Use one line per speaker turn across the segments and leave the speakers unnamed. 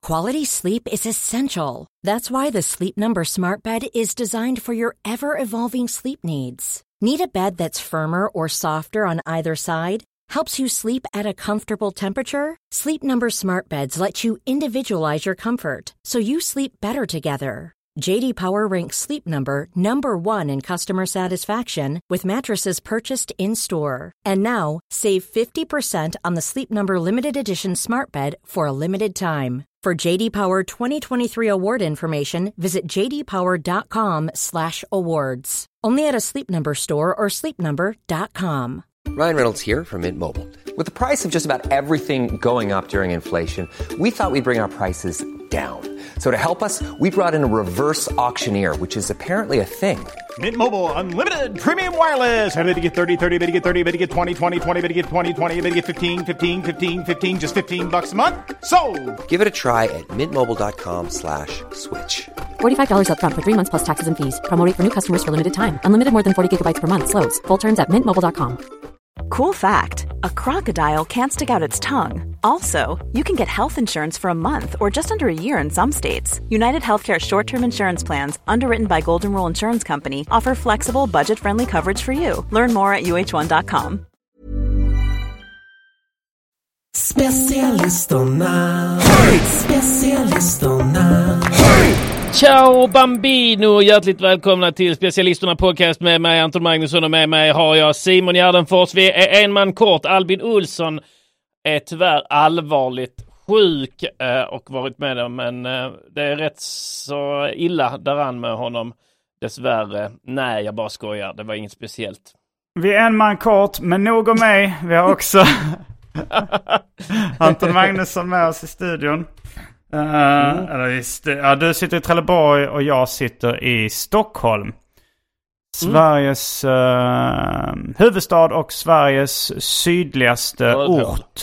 Quality sleep is essential. That's why the Sleep Number Smart Bed is designed for your ever-evolving sleep needs. Need a bed that's firmer or softer on either side? Helps you sleep at a comfortable temperature? Sleep Number Smart Beds let you individualize your comfort, so you sleep better together. JD Power ranks Sleep Number number 1 in customer satisfaction with mattresses purchased in-store. And now, save 50% on the Sleep Number Limited Edition Smart Bed for a limited time. For JD Power 2023 award information, visit jdpower.com/awards. Only at a Sleep Number store or sleepnumber.com.
Ryan Reynolds here from Mint Mobile. With the price of just about everything going up during inflation, we thought we'd bring our prices down. So to help us, we brought in a reverse auctioneer, which is apparently a thing.
Mint Mobile Unlimited Premium Wireless. How to get 30, 30, how to get 30, how to get 20, 20, 20, how to get 20, 20, how to get 15, 15, 15, 15, just $15 a month? Sold!
Give it a try at mintmobile.com/switch.
$45 up front for 3 months plus taxes and fees. Promo rate for new customers for limited time. Unlimited more than 40 gigabytes per month. Slows full terms at mintmobile.com.
Cool fact, a crocodile can't stick out its tongue. Also, you can get health insurance for a month or just under a year in some states. United Healthcare short-term insurance plans, underwritten by Golden Rule Insurance Company, offer flexible, budget-friendly coverage for you. Learn more at uh1.com.
Specialisterna. Specialisterna.
Ciao Bambino, hjärtligt välkomna till Specialisterna podcast med mig Anton Magnusson, och med mig har jag Simon Gärdenfors. Vi är en man kort. Albin Olsson är tyvärr allvarligt sjuk och varit med dem, men det är rätt så illa däran med honom dessvärre. Nej, jag bara skojar, det var inget speciellt.
Vi är en man kort, men nog om mig. Vi har också Anton Magnusson med oss i studion. Du sitter i Trelleborg och jag sitter i Stockholm. Sveriges huvudstad och Sveriges sydligaste ort.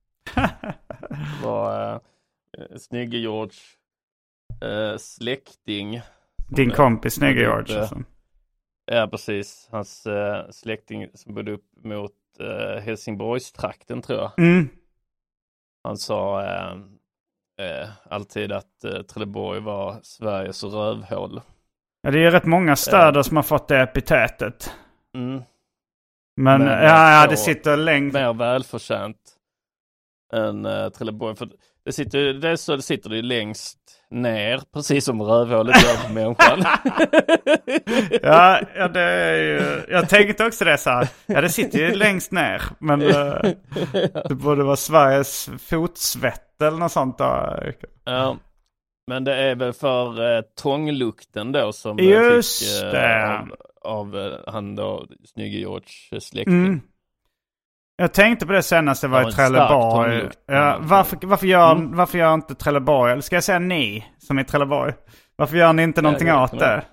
var Snygge George släkting.
Din kompis Snygge George alltså.
Ja, precis. Hans släkting som bodde upp mot Helsingborgstrakten, tror jag. Han sa alltid att Trelleborg var Sveriges rövhål. Ja,
det är rätt många städer som har fått det epitetet. Men det sitter längst.
Mer välförtjänt än Trelleborg. För det sitter det längst ner, precis som rövhålet gör på människan.
ja, det är ju... Jag tänkte också det så här. Ja, det sitter ju längst ner. Men det borde vara Sveriges fotsvett eller något sånt där.
Ja, men det är väl för tånglukten då som
just
fick av han då, Snygge George släkting.
Jag tänkte på det senast, det var i Trelleborg. Ja, varför gör inte Trelleborg, eller ska jag säga ni som är Trelleborg? Varför gör ni inte någonting åt det?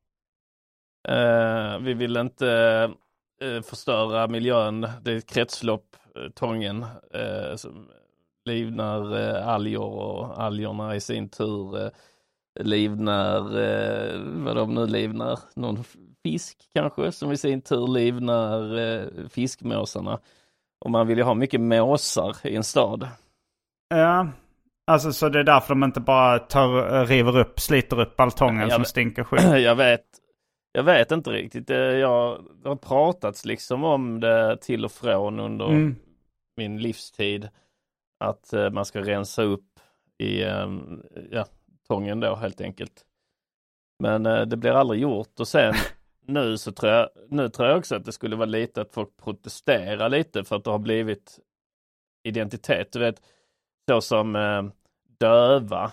Vi vill inte förstöra miljön. Det är ett kretslopp, Tången, som livnar alger, och algerna i sin tur livnar, vad de nu livnar, någon fisk kanske, som i sin tur livnar fiskmåsarna. Och man vill ju ha mycket måsar i en stad. Ja,
alltså så det är därför de inte bara sliter upp baltongen som stinker skit.
Jag vet inte riktigt. Det har pratats liksom om det till och från under min livstid. Att man ska rensa upp i Tången då helt enkelt. Men det blir aldrig gjort. Och sen nu tror jag också att det skulle vara lite att folk protesterar lite för att det har blivit identitet. Du vet, så som döva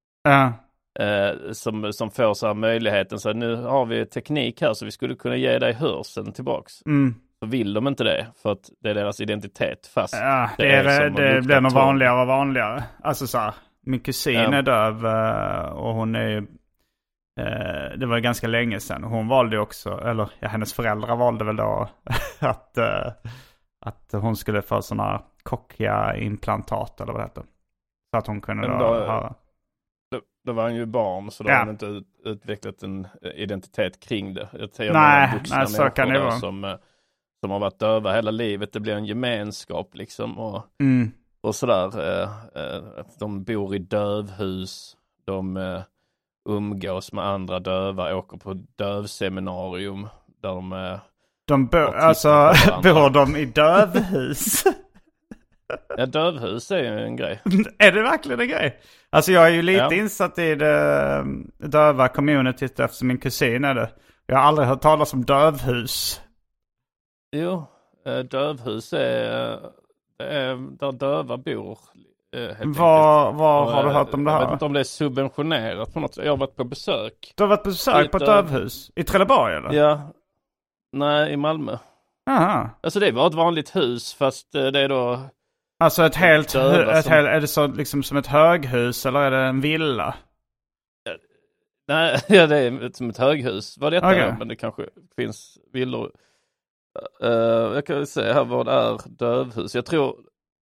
som får så här möjligheten. Så nu har vi teknik här så vi skulle kunna ge dig hörseln tillbaks. Så vill de inte det för att det är deras identitet. Fast
det blir nog vanligare och vanligare. Alltså så här, min kusin är döv och hon är det var ganska länge sedan. Hon valde också, eller hennes föräldrar valde väl då att hon skulle få såna cochleaimplantat eller vad det heter. Så att hon kunde höra.
Då var han ju barn, så då har han inte utvecklat en identitet kring det.
Nej, så kan det vara.
Som har varit döva hela livet. Det blir en gemenskap liksom. Och och sådär. De bor i dövhus. De umgås med andra döva. Åker på dövseminarium. Där
bor de i dövhus?
Ja, dövhus är ju en grej.
Är det verkligen en grej? Alltså jag är ju lite insatt i det döva communityt eftersom min kusin är det. Jag har aldrig hört talas om dövhus.
Jo, dövhus är där döva bor.
Var har du hört om det här?
Jag vet inte om det är subventionerat på något sätt. Jag har varit på besök.
Du har varit på besök på ett dövhus? I Trelleborg eller?
Ja. Nej, i Malmö.
Aha.
Alltså det var ett vanligt hus fast det är då...
Alltså är det så liksom som ett höghus eller är det en villa?
Nej, ja, det är som ett höghus. Vad det är, men det kanske finns villor. Jag kan säga här vad det är dövhus. Jag tror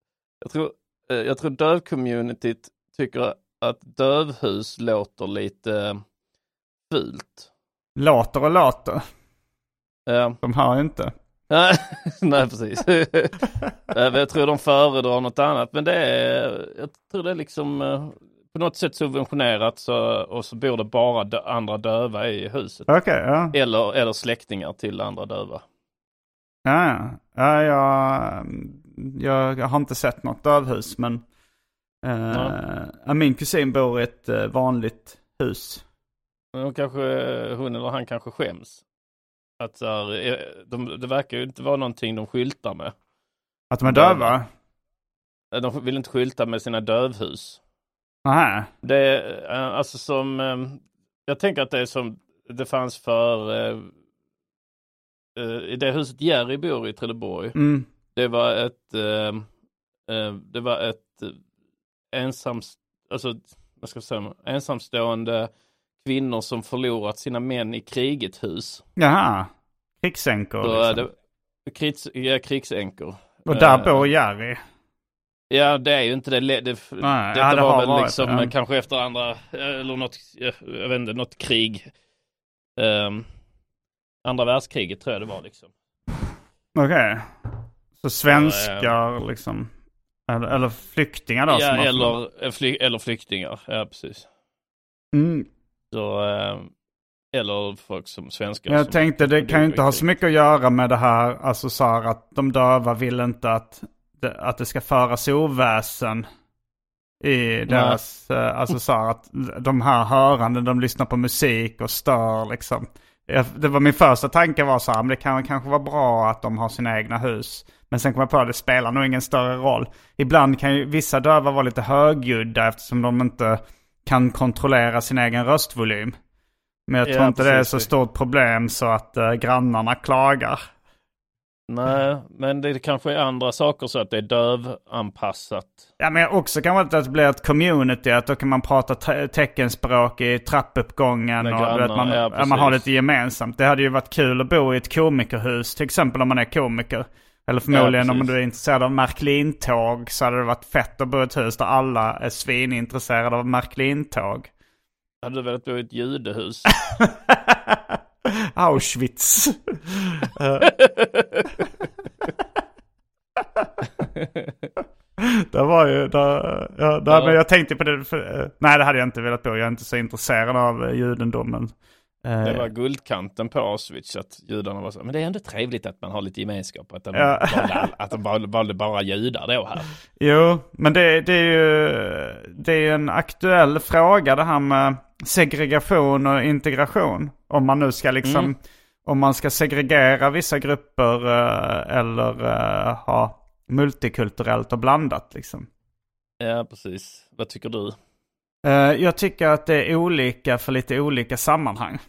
dövcommunityt tycker att dövhus låter lite fult.
Låter och låter.
Ja.
De har inte.
Nej, precis. Jag tror de föredrar något annat. Men jag tror det är liksom på något sätt subventionerat och så bor det bara andra döva i huset.
Okej, ja.
Eller släktingar till andra döva.
Jag har inte sett något dövhus, men min kusin bor i ett vanligt hus.
Men hon eller han kanske skäms. Att det verkar ju inte vara någonting de skyltar med.
Att de är döva?
De vill inte skylta med sina dövhus.
Aha.
Det är alltså som... jag tänker att det är som det fanns för... i det huset Jerry bor i Trelleborg.
Mm.
Det var ett ensamstående kvinnor som förlorat sina män i kriget hus.
Jaha, krigsänkor liksom.
Krigsänkor.
Och där bor Jerry.
Ja, det är ju inte det. Detta var väl liksom kanske efter andra eller något, jag vet inte, något krig. Andra världskriget tror jag det var liksom.
Okej. Så svenskar liksom eller flyktingar då?
Ja, eller flyktingar. Ja, precis.
Mm.
Så, eller folk som svenskar.
Jag tänkte det kan ju inte ha så mycket att göra med det här. Alltså så här att de döva vill inte att det ska föras oväsen i deras... alltså så här att de här hörande, de lyssnar på musik och stör liksom. Det var min första tanke var så här, men det kan kanske vara bra att de har sina egna hus. Men sen kom jag på att det spelar nog ingen större roll. Ibland kan ju vissa döva vara lite högljudda eftersom de inte kan kontrollera sin egen röstvolym. Men jag tror inte det är så stort problem så att grannarna klagar.
Nej, men det kanske är andra saker så att det är dövanpassat.
Ja, men också kan det bli ett community, att då kan man prata teckenspråk i trappuppgången och man har lite gemensamt. Det hade ju varit kul att bo i ett komikerhus, till exempel om man är komiker. Eller förmodligen om du är intresserad av Märklintåg så hade det varit fett att bo i ett hus där alla är svinintresserade av Märklintåg.
Hade du velat bo i ett judehus?
Auschwitz. Det var ju men jag tänkte på det nej, det hade jag inte velat bo. Jag är inte så intresserad av judendomen.
Det var guldkanten på Auschwitz att judarna var så. Men det är ändå trevligt att man har lite gemenskap. Att de valde bara judar då här.
Jo, men det är ju en aktuell fråga det här med segregation och integration. Om man nu ska liksom om man ska segregera vissa grupper eller ha multikulturellt och blandat liksom.
Ja, precis. Vad tycker du?
Jag tycker att det är olika för lite olika sammanhang.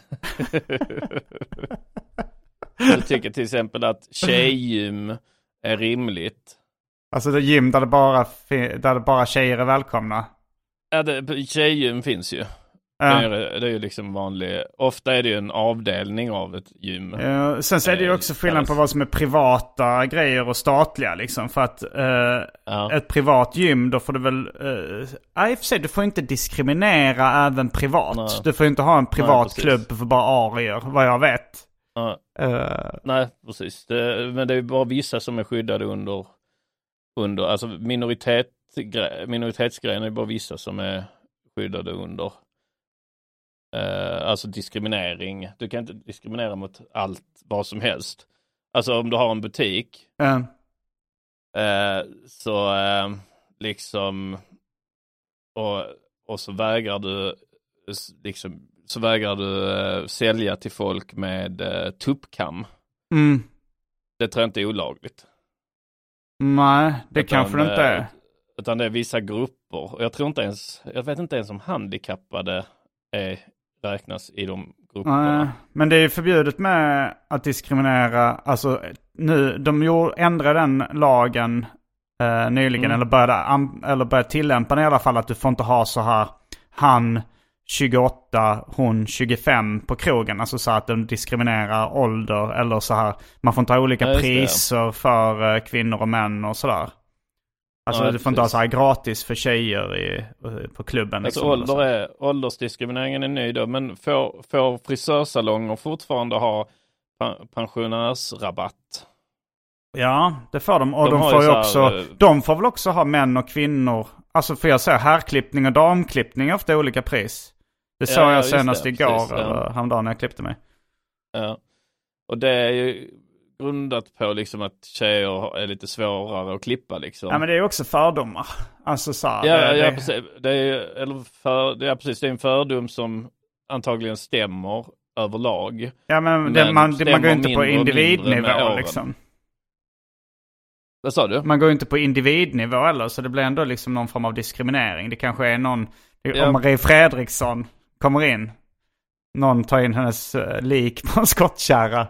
Du tycker till exempel att tjejgym är rimligt?
Alltså det är gym där bara tjejer är välkomna?
Ja, tjejgym finns ju. Det är ju liksom vanlig. Ofta är det ju en avdelning av ett gym.
Sen så är det ju också skillnad på vad som är privata grejer och statliga liksom. För att ett privat gym, då får du väl... i och för sig, du får inte diskriminera även privat. Nej. Du får inte ha en privat klubb för bara arier, vad jag vet.
Nej, precis. Men det är ju bara vissa som är skyddade under under, alltså minoritetsgrejen är bara vissa som är skyddade under. Alltså diskriminering. Du kan inte diskriminera mot allt, vad som helst. Alltså om du har en butik så liksom och så vägrar du liksom, så vägrar du sälja till folk med tuppkam. Det tror jag inte är olagligt.
Nej, det kanske det inte är.
Utan det är vissa grupper. Och jag vet inte ens om handikappade räknas i de grupperna.
Nej, men det är förbjudet med att diskriminera. Alltså nu, ändrade den lagen nyligen eller började tillämpa den i alla fall, att du får inte ha så här han 28, hon 25 på krogen. Alltså så att de diskriminerar ålder eller så här. Man får inte ha olika priser för kvinnor och män och sådär. Alltså du får inte ha så här gratis för tjejer på klubben.
Alltså liksom, åldersdiskrimineringen är ny då. Men får frisörsalonger fortfarande ha pensionärsrabatt?
Ja, det får de. Och de får väl också ha män och kvinnor. Alltså för jag säger herrklippning och damklippning är ofta olika pris. Det såg jag senast igår eller häromdagen när jag klippte mig. Ja,
och det är ju grundat på liksom att tjejer är lite svårare att klippa liksom.
Ja, men det är ju också fördomar. Alltså så här,
precis. Det är en fördom som antagligen stämmer överlag.
Ja, men man går inte på individnivå liksom.
Vad sa du?
Man går inte på individnivå eller, så det blir ändå liksom någon form av diskriminering. Det kanske är någon, om Marie Fredriksson kommer in, någon tar in hennes lik på en skottkärra.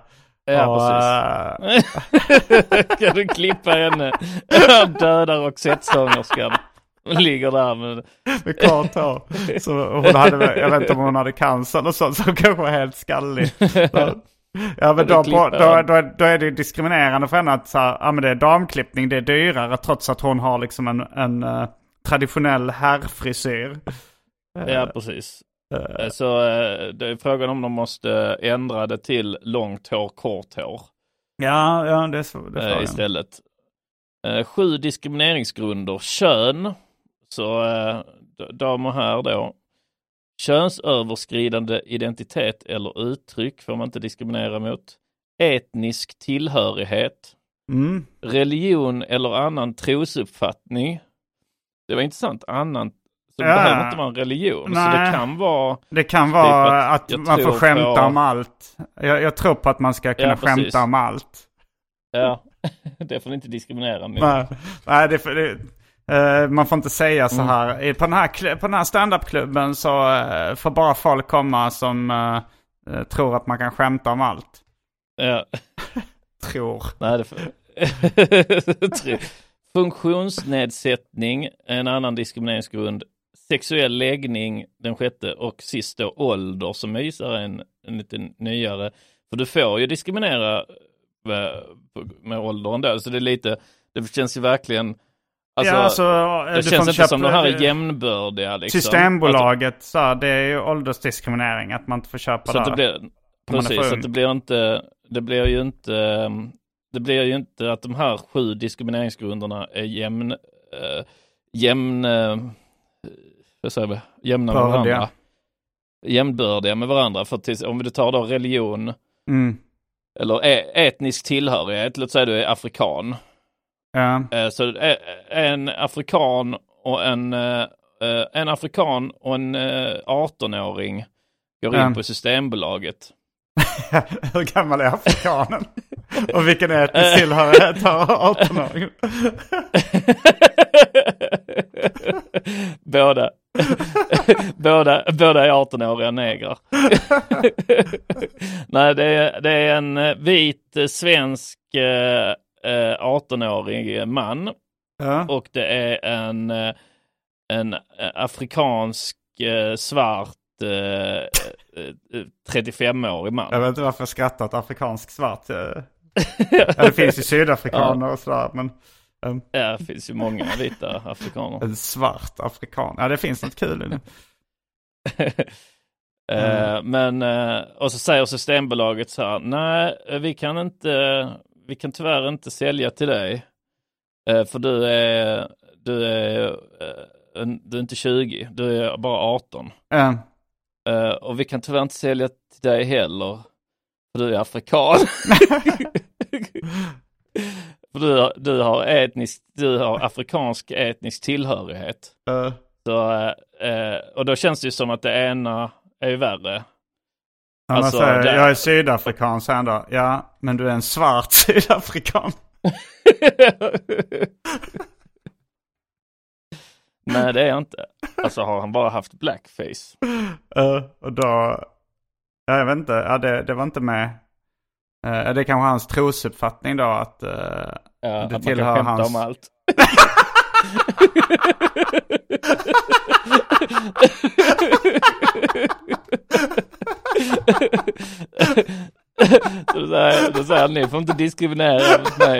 Ja, precis. Kan du klippa henne? Dödar och sättsångerskan. Hon ligger där med
kort hår. Så hon hade, jag vet inte om hon hade cancer eller så kanske var helt skallig. Ja, men då är det diskriminerande för henne att så här, men det är damklippning, det är dyrare trots att hon har liksom en traditionell herrfrisyr.
Ja, precis. Så det är frågan om de måste ändra det till långt hår, kort hår.
Ja, det är så. Det
istället. 7 diskrimineringsgrunder. Kön. Så damer här då. Könsöverskridande identitet eller uttryck får man inte diskriminera mot. Etnisk tillhörighet. Religion eller annan trosuppfattning. Det var intressant. Annan. Så det behöver inte vara en religion.
Nej,
så det kan
vara att man får skämta om allt. Jag tror på att man ska kunna skämta om allt.
Ja, det får inte diskriminera.
Nej, man får inte säga så här. På den här stand-up-klubben så får bara folk komma som tror att man kan skämta om allt.
Ja.
Tror.
Nej, Funktionsnedsättning, en annan diskrimineringsgrund. Sexuell läggning, den 6:e, och sist då ålder som visar en lite nyare. För du får ju diskriminera med åldern där. Så det är lite, det känns ju verkligen. Alltså, det känns inte som de här är jämnbördiga liksom.
Systembolaget så det är ju åldersdiskriminering att man inte får köpa
så
där.
Det blir, precis, så det blir ju inte att de här 7 diskrimineringsgrunderna är jämna med varandra. Jämnbördiga med varandra. För om vi tar då religion eller etnisk tillhörighet, låt säga du är afrikan.
Ja.
Så en afrikan och en 18-åring går in på Systembolaget.
Hur gammal är afrikanen? Och vilken etnisk tillhörighet har 18-åringen?
Båda är 18-åriga negrar. Nej, det är en vit svensk 18-årig man.
Ja.
Och det är en afrikansk svart 35-årig man.
Jag vet inte varför jag skrattar åt afrikansk svart. Det finns ju sydafrikaner och sådär, men
ja, det finns ju många vita afrikaner.
En svart afrikan. Ja, det finns något kul i det.
Men och så säger Systembolaget så här: nej, vi kan tyvärr inte sälja till dig. För du är inte 20, du är bara 18. Och vi kan tyvärr inte sälja till dig heller, för du är afrikan. För du har afrikansk etnisk tillhörighet. Så, och då känns det ju som att det ena är ju värre.
Alltså, jag är sydafrikan, sen då. Ja, men du är en svart sydafrikan.
Nej, det är jag inte. Alltså har han bara haft blackface.
Och då... Jag vet inte, ja, det var inte med. Det är kanske hans trosuppfattning då att det
att
tillhör
man kan
hans...
om allt. Då säger han, ni får inte diskriminera mig.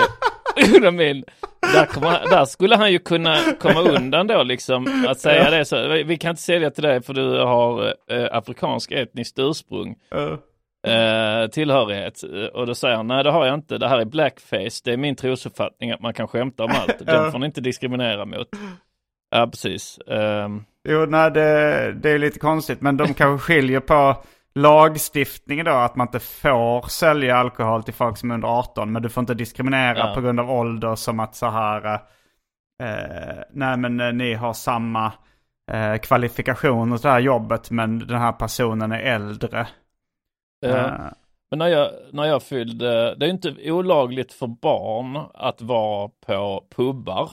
Där skulle han ju kunna komma undan då liksom, att säga det så. Vi kan inte sälja till dig för du har afrikansk etniskt ursprung. Tillhörighet. Och då säger han, nej det har jag inte, det här är blackface, det är min trosuppfattning att man kan skämta om allt, den får ni inte diskriminera mot. Ja, precis.
Jo, nej, det är lite konstigt, men de kanske skiljer på lagstiftningen då, att man inte får sälja alkohol till folk som är under 18, men du får inte diskriminera på grund av ålder, som att så här nej men ni har samma kvalifikationer till det här jobbet, men den här personen är äldre.
Men när jag fyllde, det är inte olagligt för barn att vara på pubbar.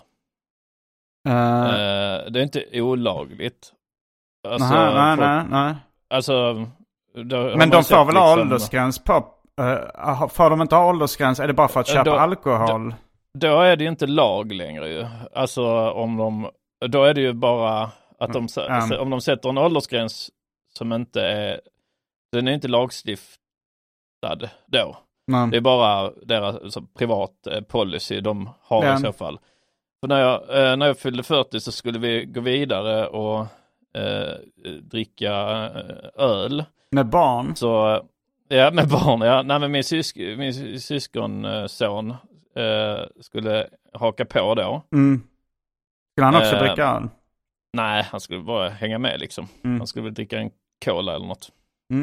Det är inte olagligt. Alltså,
nej.
Alltså,
men de får väl ha åldersgräns på... får de inte ha åldersgräns? Är det bara för att köpa alkohol?
Då är det ju inte lag längre ju. Alltså då är det ju bara att om de sätter en åldersgräns som inte är... Den är inte lagstiftad då. Det är bara deras privat policy de har i så fall. För när jag fyllde 40 så skulle vi gå vidare och dricka öl.
Med barn?
Så, ja, med barn. Ja. Nej, men min syskonson skulle haka på då.
Skulle han också dricka öl?
Nej, han skulle bara hänga med liksom. Han skulle väl dricka en cola eller något.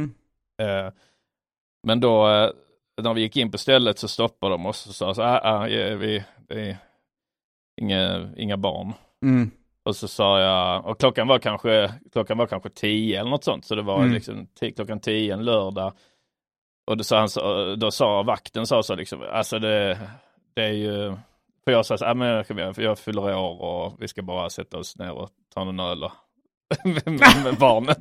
Men då när vi gick in på stället så stoppade de oss och sa så vi är inga barn. Och så sa jag, och klockan var kanske 10 eller något sånt, så det var liksom klockan 10 en lördag. Och då sa vakten så liksom, alltså det är ju, för jag sa jag fyller år och vi ska bara sätta oss ner och ta en öl med barnet.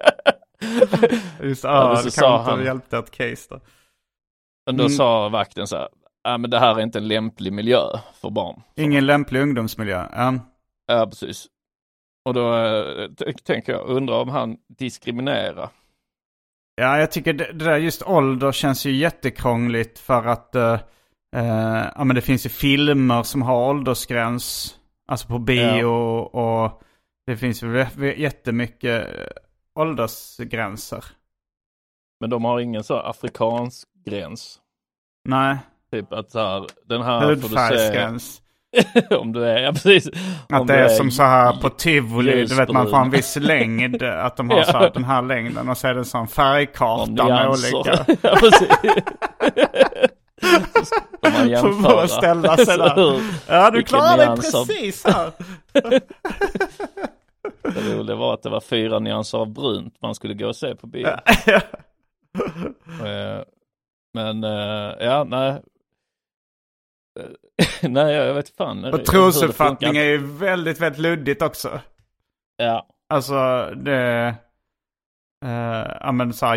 Just det kan inte hjälpte ett case då.
Och då sa vakten så här, men det här är inte en lämplig miljö för barn.
Ingen lämplig ungdomsmiljö.
Ja, precis. Och då tänker jag, undrar om han diskriminerar.
Ja, jag tycker det där just ålder känns ju jättekrångligt, för att men det finns ju filmer som har åldersgräns, alltså på bio, och det finns ju jättemycket åldersgränser. Men
de har ingen så afrikansk gräns.
Nej.
Typ att så här, den här
hudfärgsgräns.
Om du är, precis.
Att det är som så här på Tivoli, du vet, man får en viss längd, att de har så här den här längden, och så är det en sån färgkarta med olika.
Ja, precis.
Får bara ställa sig där. Ja, du klarar dig precis här.
Det roliga var att det var 4 nyanser av brunt man skulle gå och se på bio. Men nej. Nej, jag vet fan.
Och trosuppfattning är ju väldigt, väldigt luddigt också.
Ja.
Alltså det... men så här,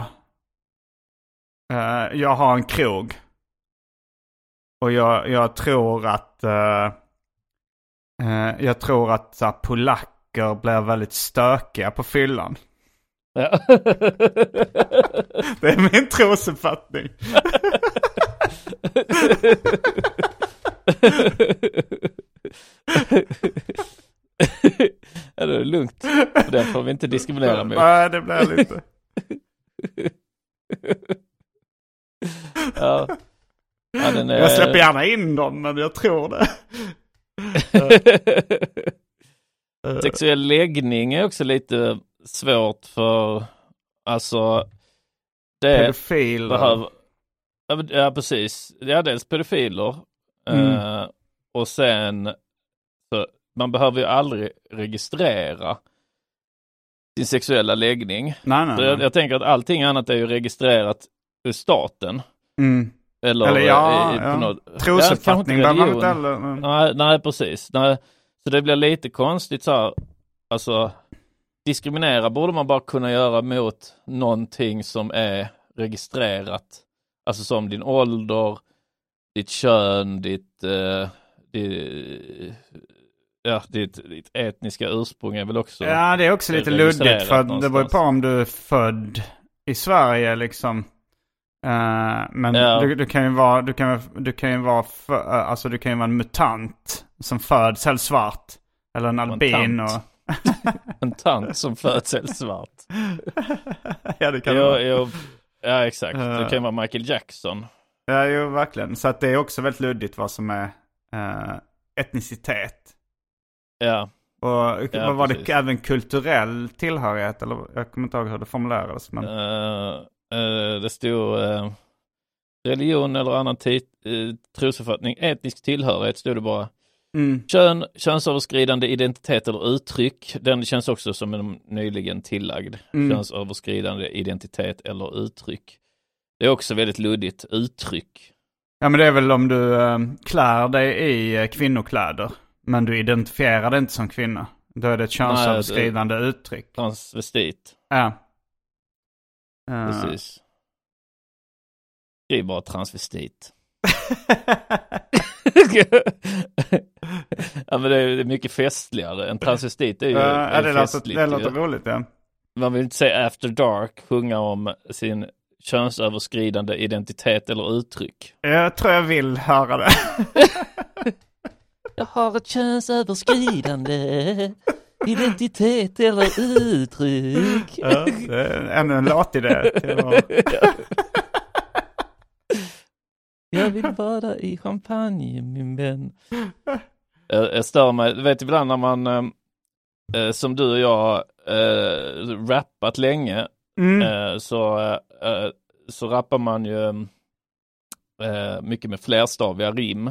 jag har en krog. Och jag tror att... så här, polacker blir väldigt stökiga på fyllan.
Ja.
Det är min trosuppfattning.
Ja, det är lugnt. Det får vi inte diskriminera med.
Nej, det blir lite.
Ja. Ja,
jag släpper gärna in dem, men jag tror det.
Sexuell läggning är också lite svårt för, alltså det
pedofiler.
Ja, precis. Ja, dels pedofiler. Och sen så, man behöver ju aldrig registrera sin sexuella läggning.
Nej.
Jag tänker att allting annat är ju registrerat i staten. Eller
något, trosuppfattning
nej, precis. Nej, så det blir lite konstigt så här, alltså diskriminera borde man bara kunna göra mot någonting som är registrerat. Alltså som din ålder, ditt kön, ditt etniska ursprung är väl också.
Ja, det är också lite luddigt för det beror på om du är född i Sverige liksom. Men du kan ju vara en mutant som föds helt svart eller en albino.
En tant som föds helt svart.
Ja, det kan vara.
Ja, exakt. Det kan vara Michael Jackson.
Ja, jo, verkligen. Så att det är också väldigt luddigt vad som är etnicitet.
Ja.
Och vad var det, även kulturell tillhörighet? Eller jag kommer inte ihåg hur det formulerades. Men...
det stod religion eller annan trosuppfattning. Etnisk tillhörighet stod det bara. Kön, könsöverskridande identitet eller uttryck. Den känns också som en nyligen tillagd. Könsöverskridande identitet eller uttryck. Det är också väldigt luddigt. Uttryck.
Ja, men det är väl om du klär dig i kvinnokläder. Men du identifierar det inte som kvinna. Då är det ett könsöverskridande uttryck.
Transvestit.
Ja.
Precis. Det är bara transvestit. Ja, men det är mycket festligare. En transvestit är ju festligt.
Det låter roligt, ja.
Man vill inte säga After Dark sjunga om sin könsöverskridande identitet eller uttryck.
Jag tror jag vill höra det.
Jag har ett könsöverskridande identitet eller uttryck.
Ja, det är ännu en låtidé.
Jag vill bada i champagne, min vän. Jag stör mig. Du vet ibland när man, som du och jag, rappat länge, så rappar man ju mycket med flerstaviga rim.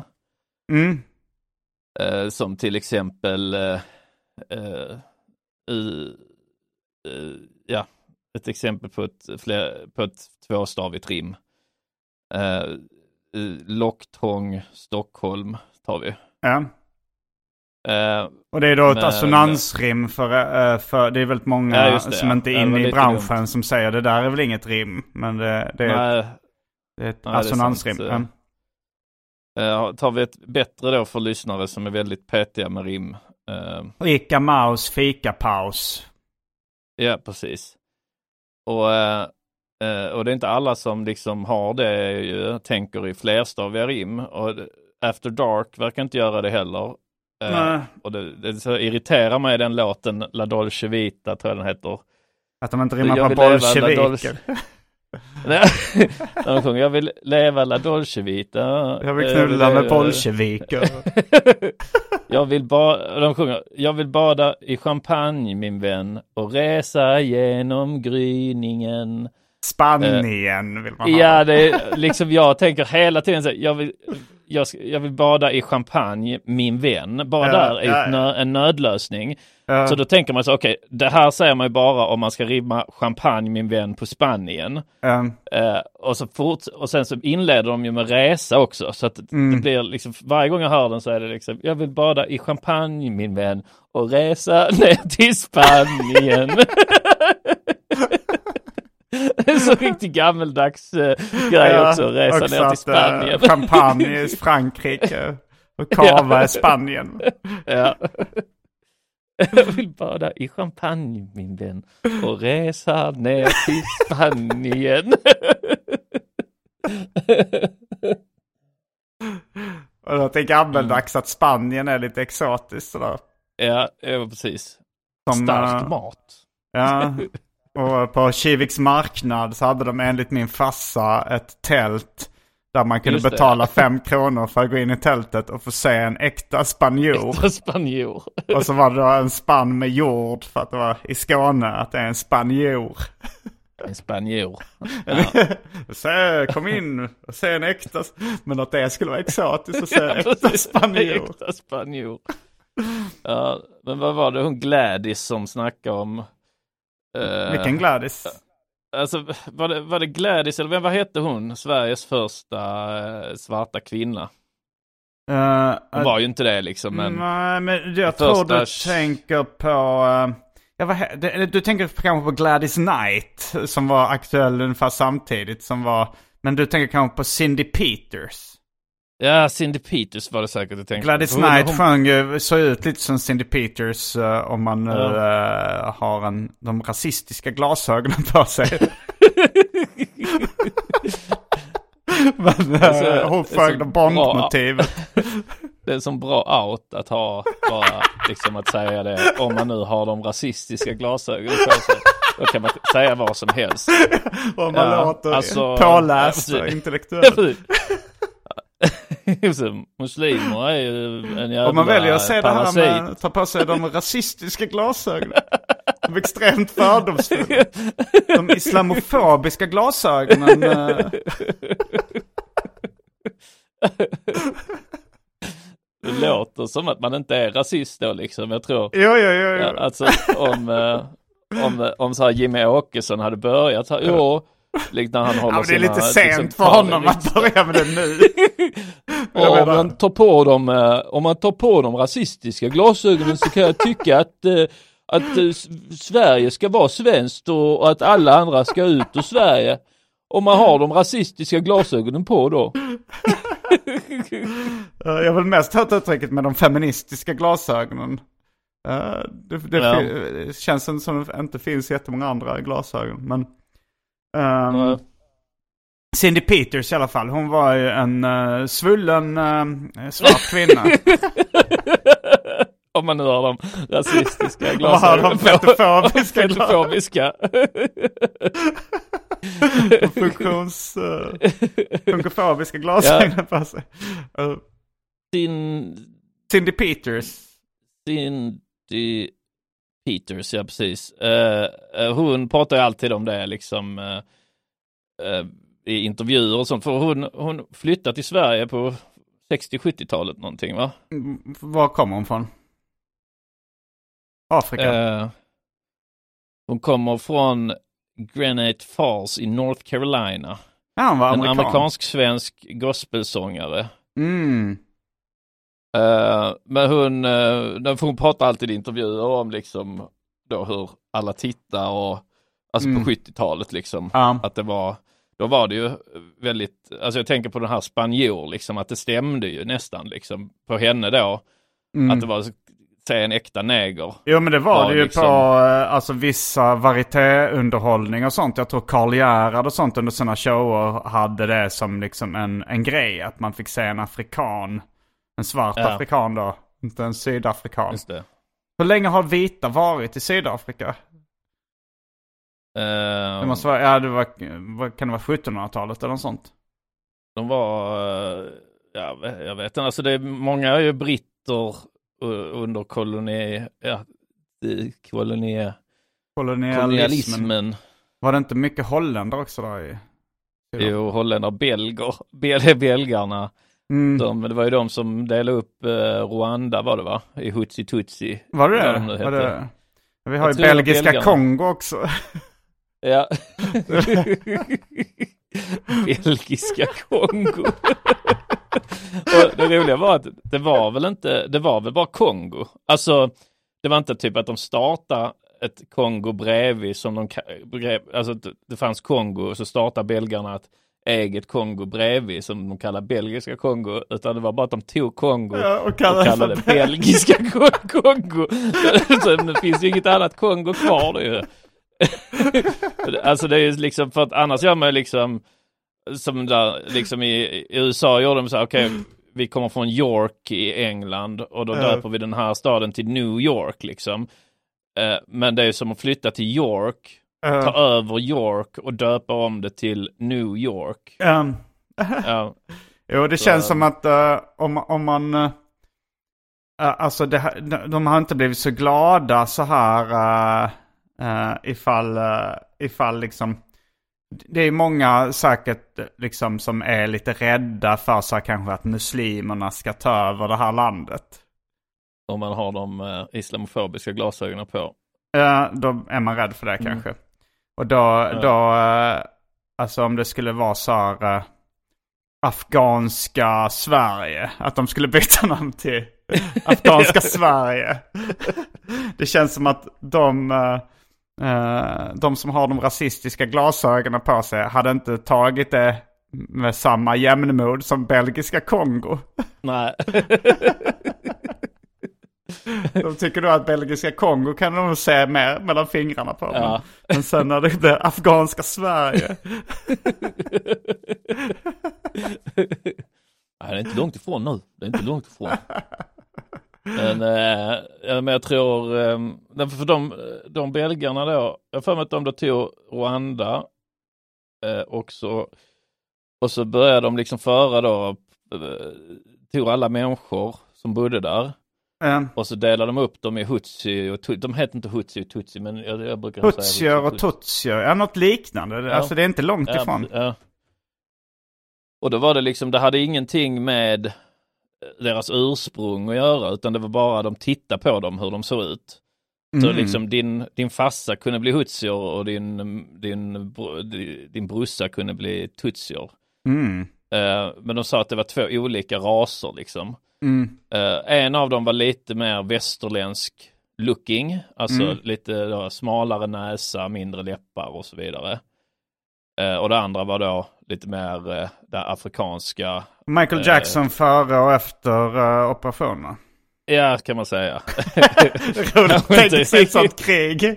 Som till exempel ett exempel på ett tvåstavigt rim. Locktång, Stockholm tar vi.
Ja. Och det är då ett assonansrim för det är väldigt många som inte är inne i branschen dumt. Som säger det där är väl inget rim, men det är ett assonansrim.
Tar vi ett bättre då för lyssnare som är väldigt petiga med rim.
Rika Maus, fika paus.
Ja, precis. Och det är inte alla som liksom har det, tänker i flerstaviga rim. Och After Dark verkar inte göra det heller. Och det så irriterar mig den låten La Dolce Vita, tror jag den heter.
Att de inte rimmar på bolsjeviker.
Jag vill leva La Dolce Vita.
Jag vill knulla med bolsjeviker.
Jag vill bada i champagne, min vän, och resa genom gryningen.
Spanien vill man ha.
Ja, det är liksom, jag tänker hela tiden så jag vill bada i champagne, min vän. Bara där är en nödlösning. Så då tänker man så, okej, det här säger man ju bara om man ska rimma champagne, min vän, på Spanien. Och sen så inleder de ju med resa också. Så att det blir liksom, varje gång jag hör den så är det liksom, jag vill bada i champagne, min vän, och resa ner till Spanien. Det är så riktigt gammeldags grej också, resa ner till Spanien.
Champagne i Frankrike och kava i Spanien.
Ja. Jag vill bada i champagne, min vän, och resa ner till Spanien.
Och då tänker gammeldags att Spanien är lite exotiskt sådär.
Ja, precis. Stark mat.
Ja. Och på Kiviks marknad så hade de enligt min farsa ett tält Där man kunde betala 5 kronor för att gå in i tältet och få se en äkta spanjor. Och så var det då en spann med jord för att det var i Skåne att det är en spanjor.
En spanjor.
Ja. Kom in och se en äkta. Men att det skulle vara exotiskt att se en äkta spanjor.
Äkta spanjor. Ja, men vad var det hon Gladys som snackade om?
Vilken Gladys?
Alltså, var det Gladys eller vad hette hon? Sveriges första svarta kvinna. Hon var ju inte det liksom.
Men jag tror du tänker på... du tänker kanske på Gladys Knight som var aktuell ungefär samtidigt som var... Men du tänker kanske på Cindy Peters.
Ja, Cindy Peters var det säkert jag tänkte.
Gladys Knight såg ut lite som Cindy Peters om man nu har de rasistiska glasögonen på sig. Men hon sjöng Bond-motivet.
Det är som bra out att ha bara liksom att säga det. Om man nu har de rasistiska glasögonen på sig, då kan man säga vad som helst.
Om man låter påläst och intellektuell.
Muslimer är ju en jävla
om man väljer att se
parasit.
Det här med ta på sig de rasistiska glasögonen. De extremt fördomsfulla. De islamofobiska glasögonen.
Det låter som att man inte är rasist då liksom, jag tror.
Jo.
Ja, alltså om så här Jimmy Åkesson hade börjat så här, när han håller
det är lite sent för honom att börja med det nu.
Om man tar på de rasistiska glasögonen så kan jag tycka att Sverige ska vara svenskt och att alla andra ska ut ur Sverige. Om man har de rasistiska glasögonen på då.
Jag vill mest hört uttrycket med de feministiska glasögonen. Det känns som det inte finns jättemånga andra glasögon. Men Cindy Peters i alla fall. Hon var ju en svullen svart kvinna.
Om man nu har de rasistiska glasögonen.
Fetofobiska. Funkofobiska glasögon på sig. Cindy Peters.
Cindy Peters, ja precis. Hon pratar ju alltid om det liksom i intervjuer och sånt. För hon flyttade till Sverige på 60-70-talet någonting, va?
Var kommer hon från? Afrika?
Hon kommer från Granite Falls i North Carolina.
Ja, hon var
en amerikansk-svensk gospelsångare. Men hon pratar alltid i intervjuer om liksom då hur alla tittar och alltså på 70-talet liksom att det var, då var det ju väldigt, alltså jag tänker på den här spanjor liksom, att det stämde ju nästan liksom på henne då att det var en äkta neger.
Jo, men det var det ju liksom... på alltså vissa varietéunderhållning och sånt. Jag tror Karl Gerhard och sånt under sina shower hade det som liksom en grej att man fick se en afrikan. En svart afrikan då, inte en sydafrikan.
Just det.
Hur länge har vita varit i Sydafrika? Det måste vara, kan det vara 1700-talet eller något sånt?
De var, jag vet inte, alltså det är många är ju britter under kolonialismen.
Var det inte mycket holländare också där i?
Jo, holländare, belgarna. Det var ju de som delade upp Rwanda, var det va? I Hutsi-Tutsi.
Var det? Vi har ju belgiska Kongo också.
Ja. Belgiska Kongo. Och det roliga var att det var väl bara Kongo. Alltså, det var inte typ att de startade ett Kongo bredvid som alltså det fanns Kongo och så startade belgarna ett eget Kongo bredvid som de kallar belgiska Kongo, utan det var bara att de tog Kongo och kallade det belgiska Kongo. Så det finns ju inget annat Kongo kvar då ju. Alltså det är ju liksom, för att annars gör man liksom som där liksom i USA gjorde de så här, okej, vi kommer från York i England och då döper vi den här staden till New York liksom. Men det är ju som att flytta till York, ta över York och döpa om det till New York. Ja.
Jo, det känns som att om man... alltså de har inte blivit så glada så här ifall liksom... Det är många säkert liksom som är lite rädda för så här, kanske att muslimerna ska ta över det här landet.
Om man har de islamofobiska glasögonen på.
Då är man rädd för det kanske. Och då alltså om det skulle vara så här afghanska Sverige, att de skulle byta namn till afghanska Sverige. Det känns som att de som har de rasistiska glasögonen på sig hade inte tagit det med samma jämnmod som belgiska Kongo.
Nej.
De tycker då att belgiska Kongo kan de se mer mellan fingrarna på. Ja. Men sen när det blir afghanska Sverige.
Nej, det är inte långt ifrån nu. Det är inte långt ifrån. Men jag tror för de belgarna då, jag får med att de då tog Rwanda också, och så började de liksom föra då, tog alla människor som bodde där och så delade de upp dem i Hutsi och de heter inte Hutsi och Tutsi, men jag brukar säga
Hutsier och Tutsier, är något liknande. Ja. Alltså det är inte långt ifrån.
Ja. Och då var det liksom, det hade ingenting med deras ursprung att göra, utan det var bara de tittade på dem, hur de såg ut. Så liksom din farsa kunde bli hutsier och din brorsa kunde bli tutsier. Men de sa att det var två olika raser liksom. En av dem var lite mer västerländsk looking, alltså lite då, smalare näsa, mindre läppar och så vidare. Och det andra var då lite mer det afrikanska.
Michael Jackson före och efter operationerna.
Ja, kan man säga.
Roligt, tänk sig ett sånt krig.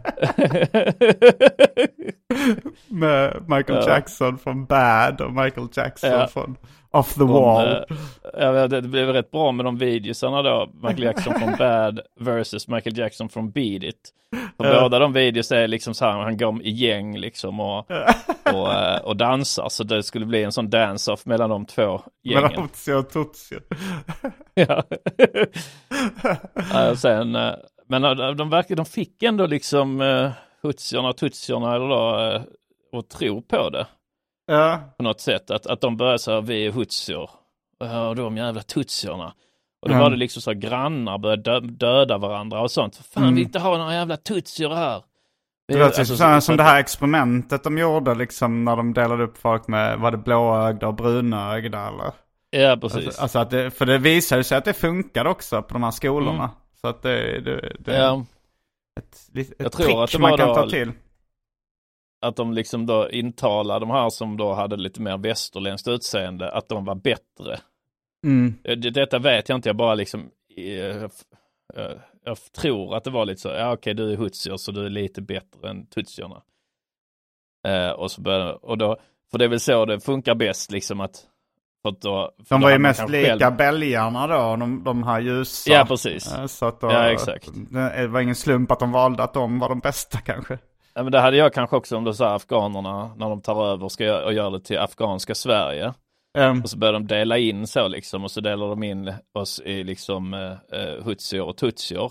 Med Michael Jackson från Bad och Michael Jackson från Off the Wall.
Det blev rätt bra med de videosarna då. Michael Jackson från Bad versus Michael Jackson från Beat It. Och båda de videos är liksom så här, han går i gäng liksom och dansar. Så det skulle bli en sån dance-off mellan de två gängen.
Mellan Hutsi och Tutsi.
Ja. Sen, men de fick ändå liksom Hutsierna och Tutsierna eller då, att tro på det.
Ja.
På något sätt. Att de började säga vi är Hutsier. Och de jävla Tutsierna. Och då var det liksom så att grannar började döda varandra och sånt. Fan, vi inte har några jävla Tutsier här.
Det var alltså, som det här experimentet de gjorde liksom när de delade upp folk med, var det blåögda och brunögda eller?
Ja, precis.
Alltså att för det visade sig att det funkar också på de här skolorna. Så att det är ett trick att man kan ta till.
Att de liksom då intalar de här som då hade lite mer västerländskt utseende att de var bättre. Detta vet jag inte, jag bara liksom jag tror att det var lite så, ja okej, du är hutsier så du är lite bättre än tutsierna. Och så för det är väl så det funkar bäst liksom att för
de var ju mest lika belgarna då, de här ljusa.
Ja, precis.
Så att då,
ja, exakt.
Det var ingen slump att de valde att de var de bästa kanske.
Ja, men det hade jag kanske också om du sa afghanerna när de tar över ska göra det till afghanska Sverige. Och så börjar de dela in så liksom, och så delar de in oss i liksom hutsier och tutsier.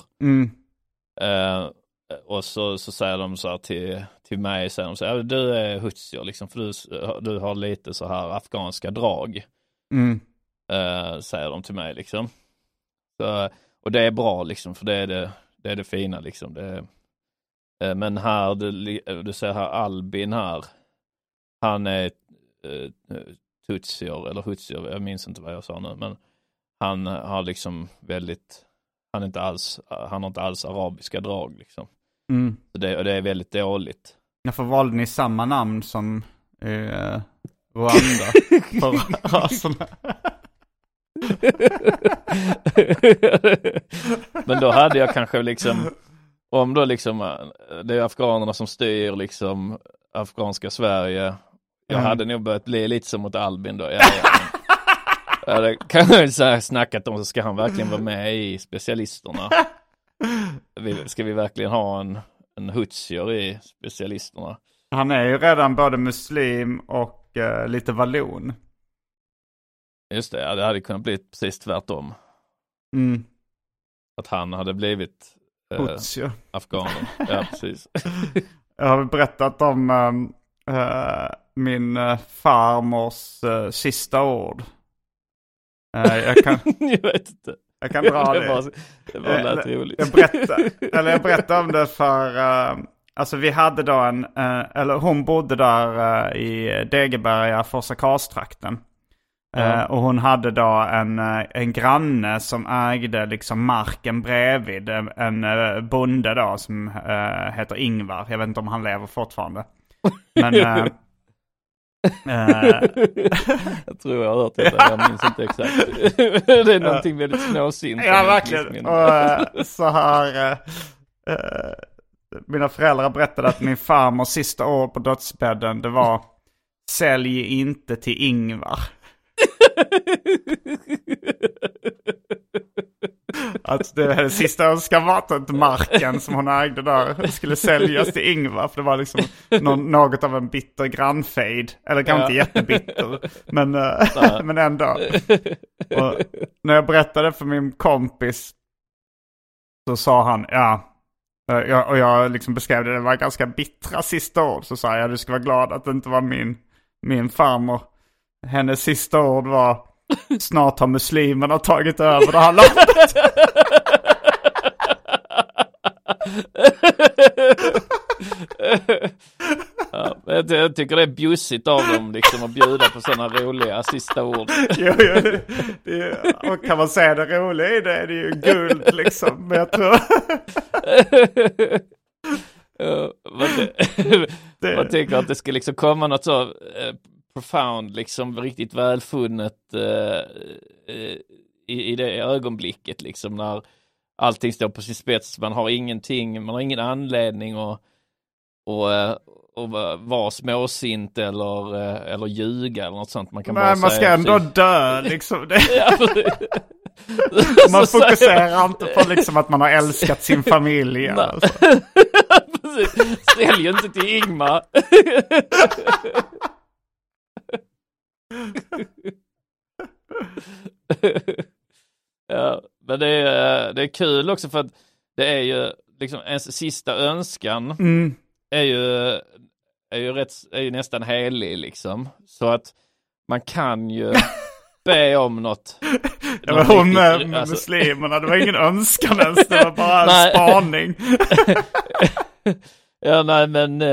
Och så säger de så här till mig, säger de så här, du är hutsier liksom, för du har lite så här afghanska drag. Säger de till mig liksom. Så, och det är bra liksom, för det är det fina liksom. Men här, du ser här Albin här, han är tutsier eller hutsier, jag minns inte vad jag sa nu, men han har liksom han har inte alls arabiska drag liksom. Så det är väldigt dåligt.
Varför valde ni samma namn som Rwanda för raserna?
Men då hade jag kanske liksom, om då liksom det är afghanerna som styr liksom afghanska Sverige, jag hade nog börjat bli lite som mot Albin då. Jag hade kanske så här snackat om, så ska han verkligen vara med i specialisterna. Ska vi verkligen ha en hutsier i specialisterna?
Han är ju redan både muslim och lite vallon.
Just det, ja, det hade kunnat bli precis tvärtom. Att han hade blivit afghanen. Ja, precis.
Jag har berättat om min farmors sista ord. Jag
vet inte.
Jag kan dra det.
Det var lät roligt.
Jag berättade om det för... alltså vi hade då eller hon bodde där i Degeberga, Forsakastrakten. Och hon hade då en granne som ägde liksom marken bredvid. En bonde då som heter Ingvar. Jag vet inte om han lever fortfarande. Men...
jag tror jag har hört det. Jag minns inte exakt. Det är någonting väldigt snåsint.
Ja, verkligen. Och så här... mina föräldrar berättade att min farmors sista år på dödsbädden, det var: sälj inte till Ingvar. Att det sista önskan var att marken som hon ägde där skulle säljas till Ingvar. För det var liksom något av en bitter grannfejd. Eller kanske inte jättebitter. Men ändå. Och när jag berättade för min kompis så sa han, och jag liksom beskrev det var ganska bittra sista ord. Så sa jag, du ska vara glad att det inte var min farmor. Hennes sista ord var: snart har muslimerna tagit över det här landet.
Ja, jag tycker det är bjussigt av dem liksom, att bjuda på sådana roliga sista ord.
Jo, och kan man säga det roliga i det är det ju guld liksom. Men jag tror...
Man tänker att det ska liksom komma något så profound, liksom riktigt välfunnet i det ögonblicket liksom, när allting står på sin spets. Man har ingenting, man har ingen anledning att vara småsint eller ljuga eller något sånt. Man kan bara
man ska ändå dö liksom. Man fokuserar inte på liksom att man har älskat sin familj. Alltså.
Sälj inte till Ingmar. Ja, men det är kul också, för att det är ju liksom ens sista önskan är ju nästan helig liksom, så att man kan ju be om något.
Ja, men hon med muslimerna, det var ingen önskan ens, det var bara en spaning.
Ja, nej, men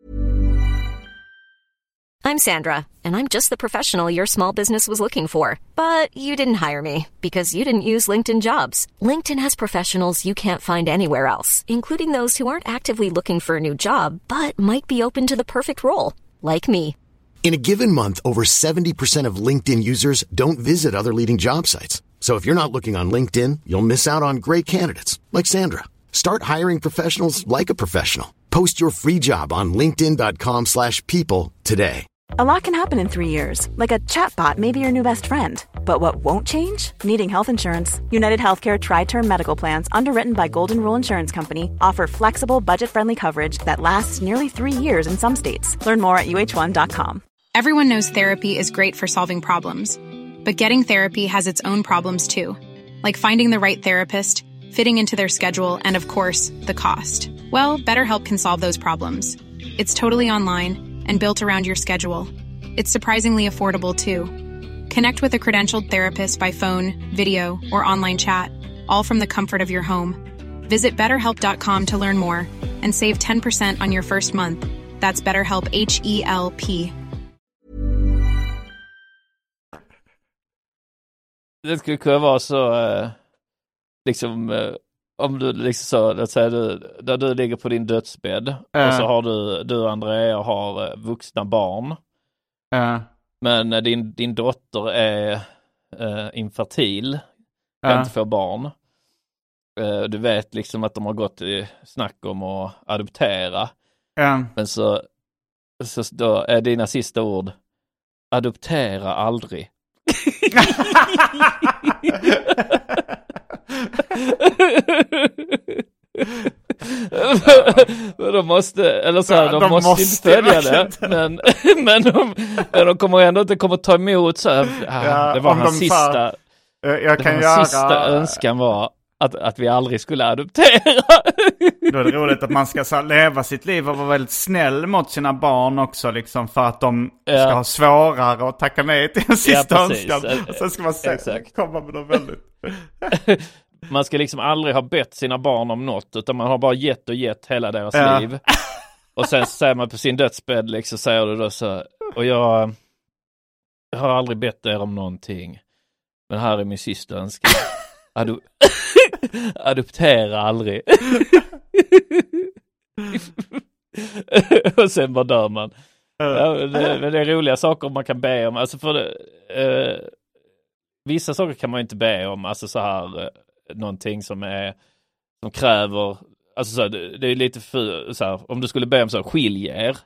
I'm Sandra, and I'm just the professional your small business was looking for. But you didn't hire me because you didn't use LinkedIn Jobs. LinkedIn has professionals you can't find anywhere else, including those who aren't actively looking for a new job, but might be open to the perfect role, like me.
In a given month, over 70% of LinkedIn users don't visit other leading job sites. So if you're not looking on LinkedIn, you'll miss out on great candidates like Sandra. Start hiring professionals like a professional. Post your free job on linkedin.com/people today.
A lot can happen in 3 years, like a chatbot may be your new best friend. But what won't change? Needing health insurance. United Healthcare Tri-Term Medical Plans, underwritten by Golden Rule Insurance Company, offer flexible, budget-friendly coverage that lasts nearly 3 years in some states. Learn more at uh1.com.
Everyone knows therapy is great for solving problems. But getting therapy has its own problems too. Like finding the right therapist, fitting into their schedule, and of course, the cost. Well, BetterHelp can solve those problems. It's totally online and built around your schedule. It's surprisingly affordable too. Connect with a credentialed therapist by phone, video, or online chat, all from the comfort of your home. Visit BetterHelp.com to learn more and save 10% on your first month. That's BetterHelp, H-E-L-P.
Det skulle kunna vara så liksom om du liksom så, att säga, där du ligger på din dödsbädd och så har du Andrea har vuxna barn. Men din dotter är infertil, kan inte få barn. Du vet liksom att de har gått i snack om att adoptera. Men så då är dina sista ord: adoptera aldrig. De måste, eller så här, de måste inte följa det, men de kommer ändå inte ta emot så här, det var hans sista, sista önskan var att vi aldrig skulle adoptera.
Då är det roligt att man ska leva sitt liv och vara väldigt snäll mot sina barn också, liksom, för att de ska ha svårare att tacka nej till en sista önskan. Och sen ska man komma med dem väldigt...
Man ska liksom aldrig ha bett sina barn om något, utan man har bara gett hela deras liv. Och sen säger man på sin dödsbädd, liksom, säger du då så, och jag har aldrig bett er om någonting, men här är min sista önskan. Adoptera aldrig. Och sen bara dör man. Det är roliga saker man kan be om. Alltså vissa saker kan man inte be om. Alltså så här, någonting som kräver, alltså så här, det är lite för så här, om du skulle be om så här, skilj er.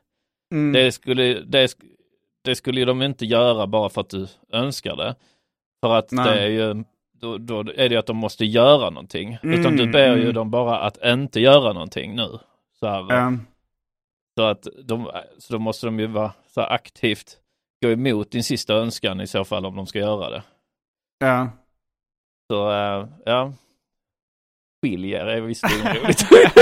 Det skulle de inte göra bara för att du önskar det. För att det är ju då är det att de måste göra någonting. Utan du ber ju dem bara att inte göra någonting nu. Så här, så att då måste de ju vara så här aktivt gå emot din sista önskan i så fall, om de ska göra det.
Ja.
Så skiljer är visst roligt.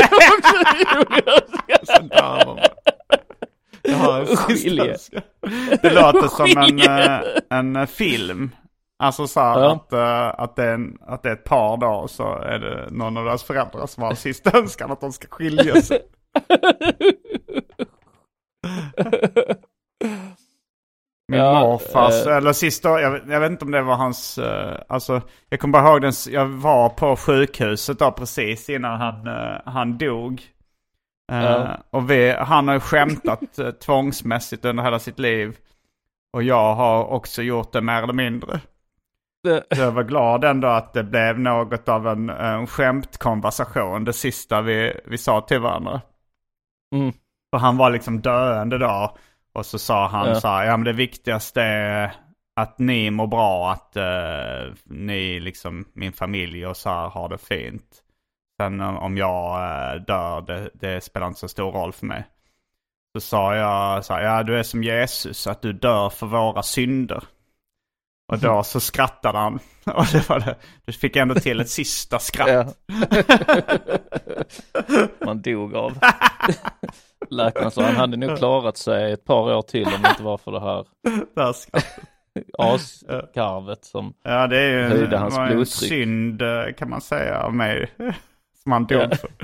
Det låter som en film. Alltså så här, att det är ett par då, så är det någon av deras föräldrar som har sista önskan att de ska skilja sig. Min morfars, eller sista, jag vet inte om det var hans, alltså jag kommer bara ihåg jag var på sjukhuset då precis innan han dog. Och han har ju skämtat tvångsmässigt under hela sitt liv. Och jag har också gjort det mer eller mindre. Jag var glad ändå att det blev något av en skämtkonversation, det sista vi sa till varandra. Och han var liksom döende då. Och så sa han så här, men det viktigaste är att ni mår bra, att ni liksom, min familj och så här, har det fint. Sen om jag dör, det spelar inte så stor roll för mig. Så sa jag så här, du är som Jesus, att du dör för våra synder. Och då så skrattade han. Och du fick ändå till ett sista skratt.
Man dog av. Läkaren sa han hade nog klarat sig ett par år till om det inte var för det här askarvet som
det är ju
höjde hans blodtryck.
En synd, kan man säga, av mig som han dog för.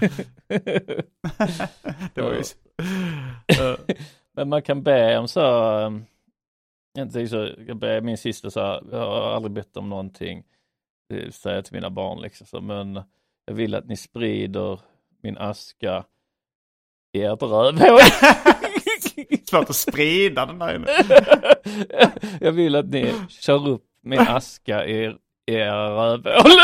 Det var ju
men man kan be om så jag ber min syster så här, jag har aldrig bett om någonting, säger jag till mina barn liksom så, men jag vill att ni sprider min aska i ert rövhål.
Svårt att sprida den där inne.
Jag vill att ni kör upp min aska i era rövhål.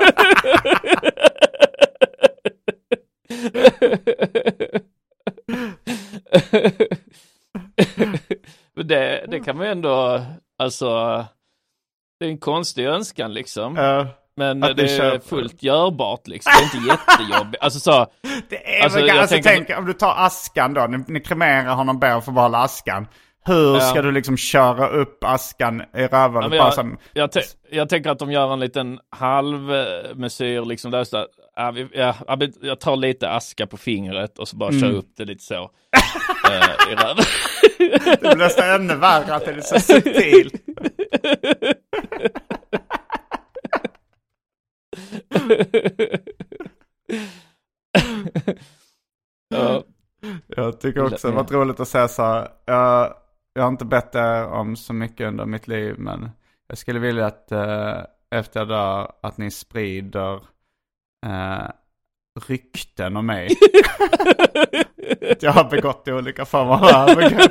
Det kan man ändå, alltså det är en konstig önskan liksom. Men det är fullt görbart liksom. Det är inte jättejobbigt. Alltså så
det är väl, alltså tänk om du tar askan då, ni kremerar honom, ber för bara askan. Hur ska du liksom köra upp askan i rövhålet?
Jag tänker att de gör en liten halvmesyr liksom där så jag tar lite aska på fingret och så bara kör upp det lite så i röven.
Det blir nästan ännu värre att det är så subtil. Jag tycker också det var roligt att säga så här. Jag har inte bett om så mycket under mitt liv, men jag skulle vilja att efter jag dör att ni sprider rykten om mig. Att jag har begått olika former av övergrepp.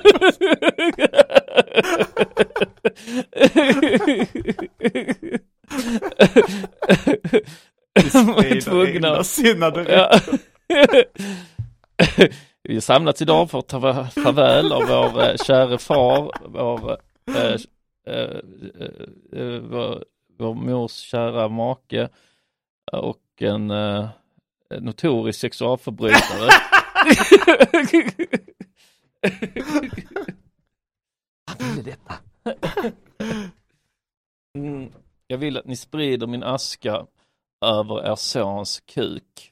Vi sprider illasinnade
Vi har samlats idag för att ta farväl av vår kära far, vår mors kära make och notorisk sexualförbrytare. Han ville detta. Jag vill att ni sprider min aska över er sons kuk.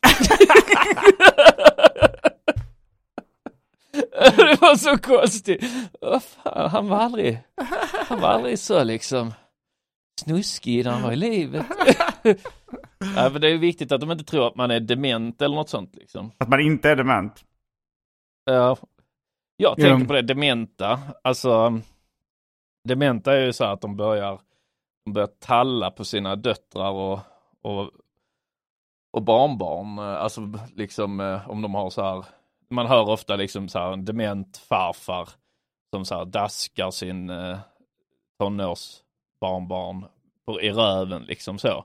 Det var så konstigt. Han var aldrig så liksom snuskig när han var i livet. Ja, men det är viktigt att de inte tror att man är dement eller något sånt liksom.
Att man inte är dement?
Ja. Jag tänker på det, dementa. Alltså, dementa är ju så att de börjar talla på sina döttrar och barnbarn. Alltså liksom om de har så här, man hör ofta liksom så här en dement farfar som så här daskar sin tonårsbarnbarn i röven liksom så.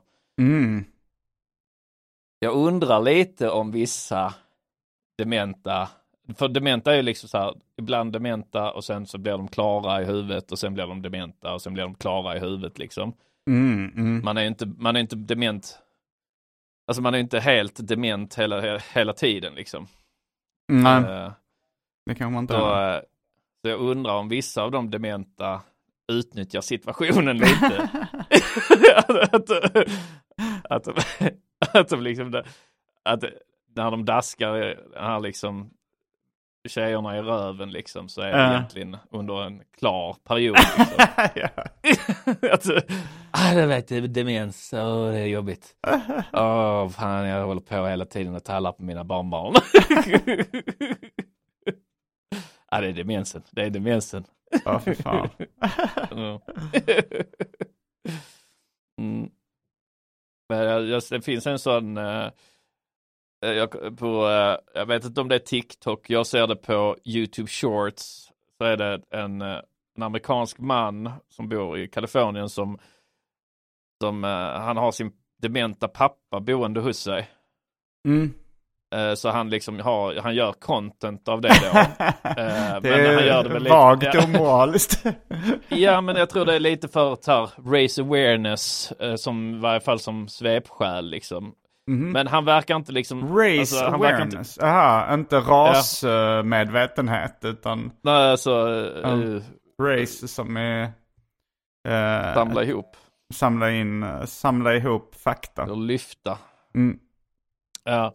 Jag undrar lite om vissa dementa, för dementa är ju liksom så här, ibland dementa och sen så blir de klara i huvudet och sen blir de dementa och sen blir de klara i huvudet liksom. Man är inte dement, alltså man är inte helt dement hela tiden liksom.
Det kan man inte.
Så jag undrar om vissa av de dementa utnyttjar situationen lite. att de liksom att när de daskar här liksom tjejerna i röven liksom, så är det egentligen under en klar period liksom. Det vet jag, demens, det är jobbigt. Fan, jag håller på hela tiden och talar på mina barnbarn. Det är demensen.
Ja, för fan.
Men det finns en sån jag vet inte om det är TikTok, jag ser det på YouTube Shorts, så är det en amerikansk man som bor i Kalifornien som han har sin dementa pappa boende hos sig. Så han liksom han gör content av det då.
Det
men han gör det väl
vagt och moraliskt.
Ja, men jag tror det är lite för race awareness som i varje fall som svepskäl liksom. Men han verkar inte liksom
race awareness. Inte rasmedvetenhet utan
nej, alltså
race som är samla ihop fakta
och lyfta. Ja.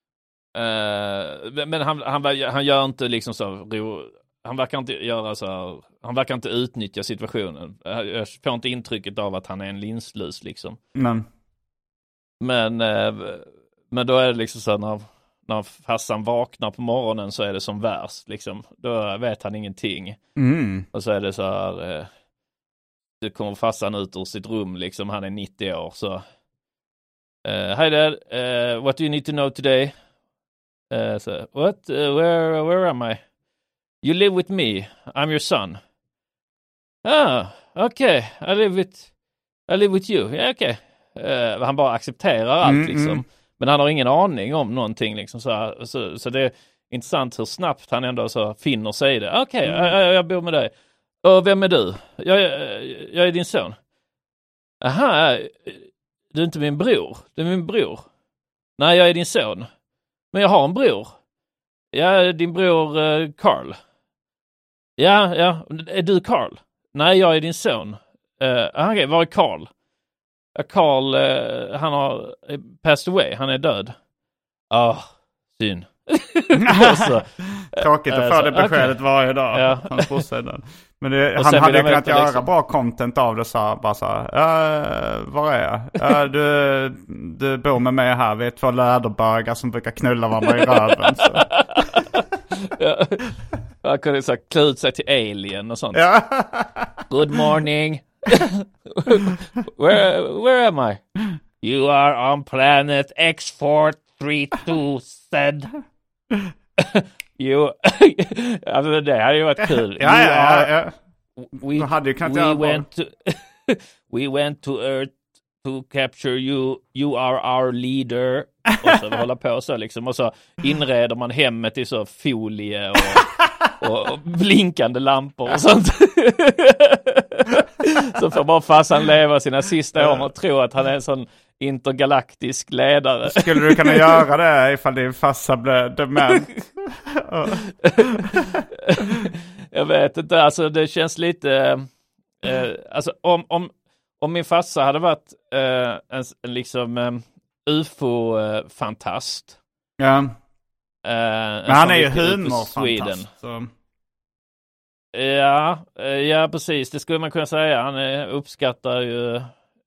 Men han gör inte liksom så han verkar inte göra så här, han verkar inte utnyttja situationen. Jag får inte intrycket av att han är en linslus liksom. Men då är det liksom så när farsan vaknar på morgonen så är det som värst liksom. Då vet han ingenting. Och så är det så här det kommer farsan ut ur sitt rum liksom, han är 90 år så hi dad, what do you need to know today? So what? Where am I? You live with me. I'm your son. Okay. I live with you. Yeah, okay. Han bara accepterar allt liksom. Men han har ingen aning om någonting liksom så det är intressant hur snabbt han ändå så finner sig i det. Okej, jag bor med dig. Och vem är du? Jag är din son. Aha, du är inte min bror. Du är min bror. Nej, jag är din son. Men jag har en bror. Ja, din bror Carl. Ja, är du Carl? Nej, jag är din son. Okej, var är Carl? Carl, han har passed away. Han är död. Synd.
Tråkigt att få det beskedet varje dag.
Ja.
Men han hade kunnat göra liksom bra content av det. Bara så här, var är jag? Du bor med mig här. Vi är 2 läderbögar som brukar knulla varandra i röven. Så.
Han kunde så klä ut sig till Alien och sånt. Good morning. Where am I? You are on planet X432 said. Alltså det hade ju varit kul. We went to Earth to capture you. You are our leader. Och så hålla på så liksom. Och så inreder man hemmet i så folie och blinkande lampor och sånt. Så får bara farsan leva sina sista år och tro att han är en sån intergalaktisk ledare.
Skulle du kunna göra det ifall din farsa blev dement?
Jag vet inte, alltså det känns lite... alltså om min farsa hade varit en liksom UFO-fantast.
Ja. Men han är ju humorfantast.
Ja, precis. Det skulle man kunna säga. Han uppskattar ju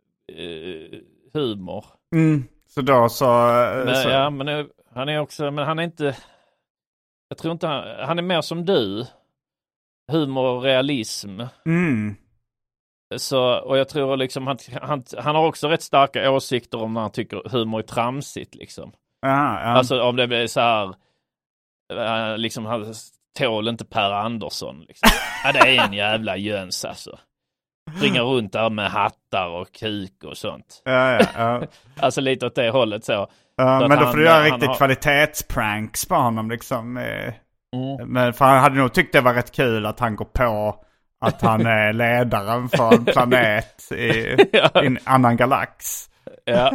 humor.
Så då så...
Ja, men han är också... Men han är inte... Jag tror inte han är mer som du. Humor och realism. Så, och jag tror liksom han har också rätt starka åsikter om när han tycker humor är tramsigt liksom. Alltså om det blir så här liksom han tål inte Per Andersson liksom. Ja, det är en jävla jöns alltså. Springer runt där med hattar och kuk och sånt.
Ja.
Alltså lite åt det hållet så.
Men då får du göra riktigt kvalitetspranks på honom liksom. Men för han hade nog tyckt det var rätt kul att han går på att han är ledaren för en planet i en annan galax.
Ja.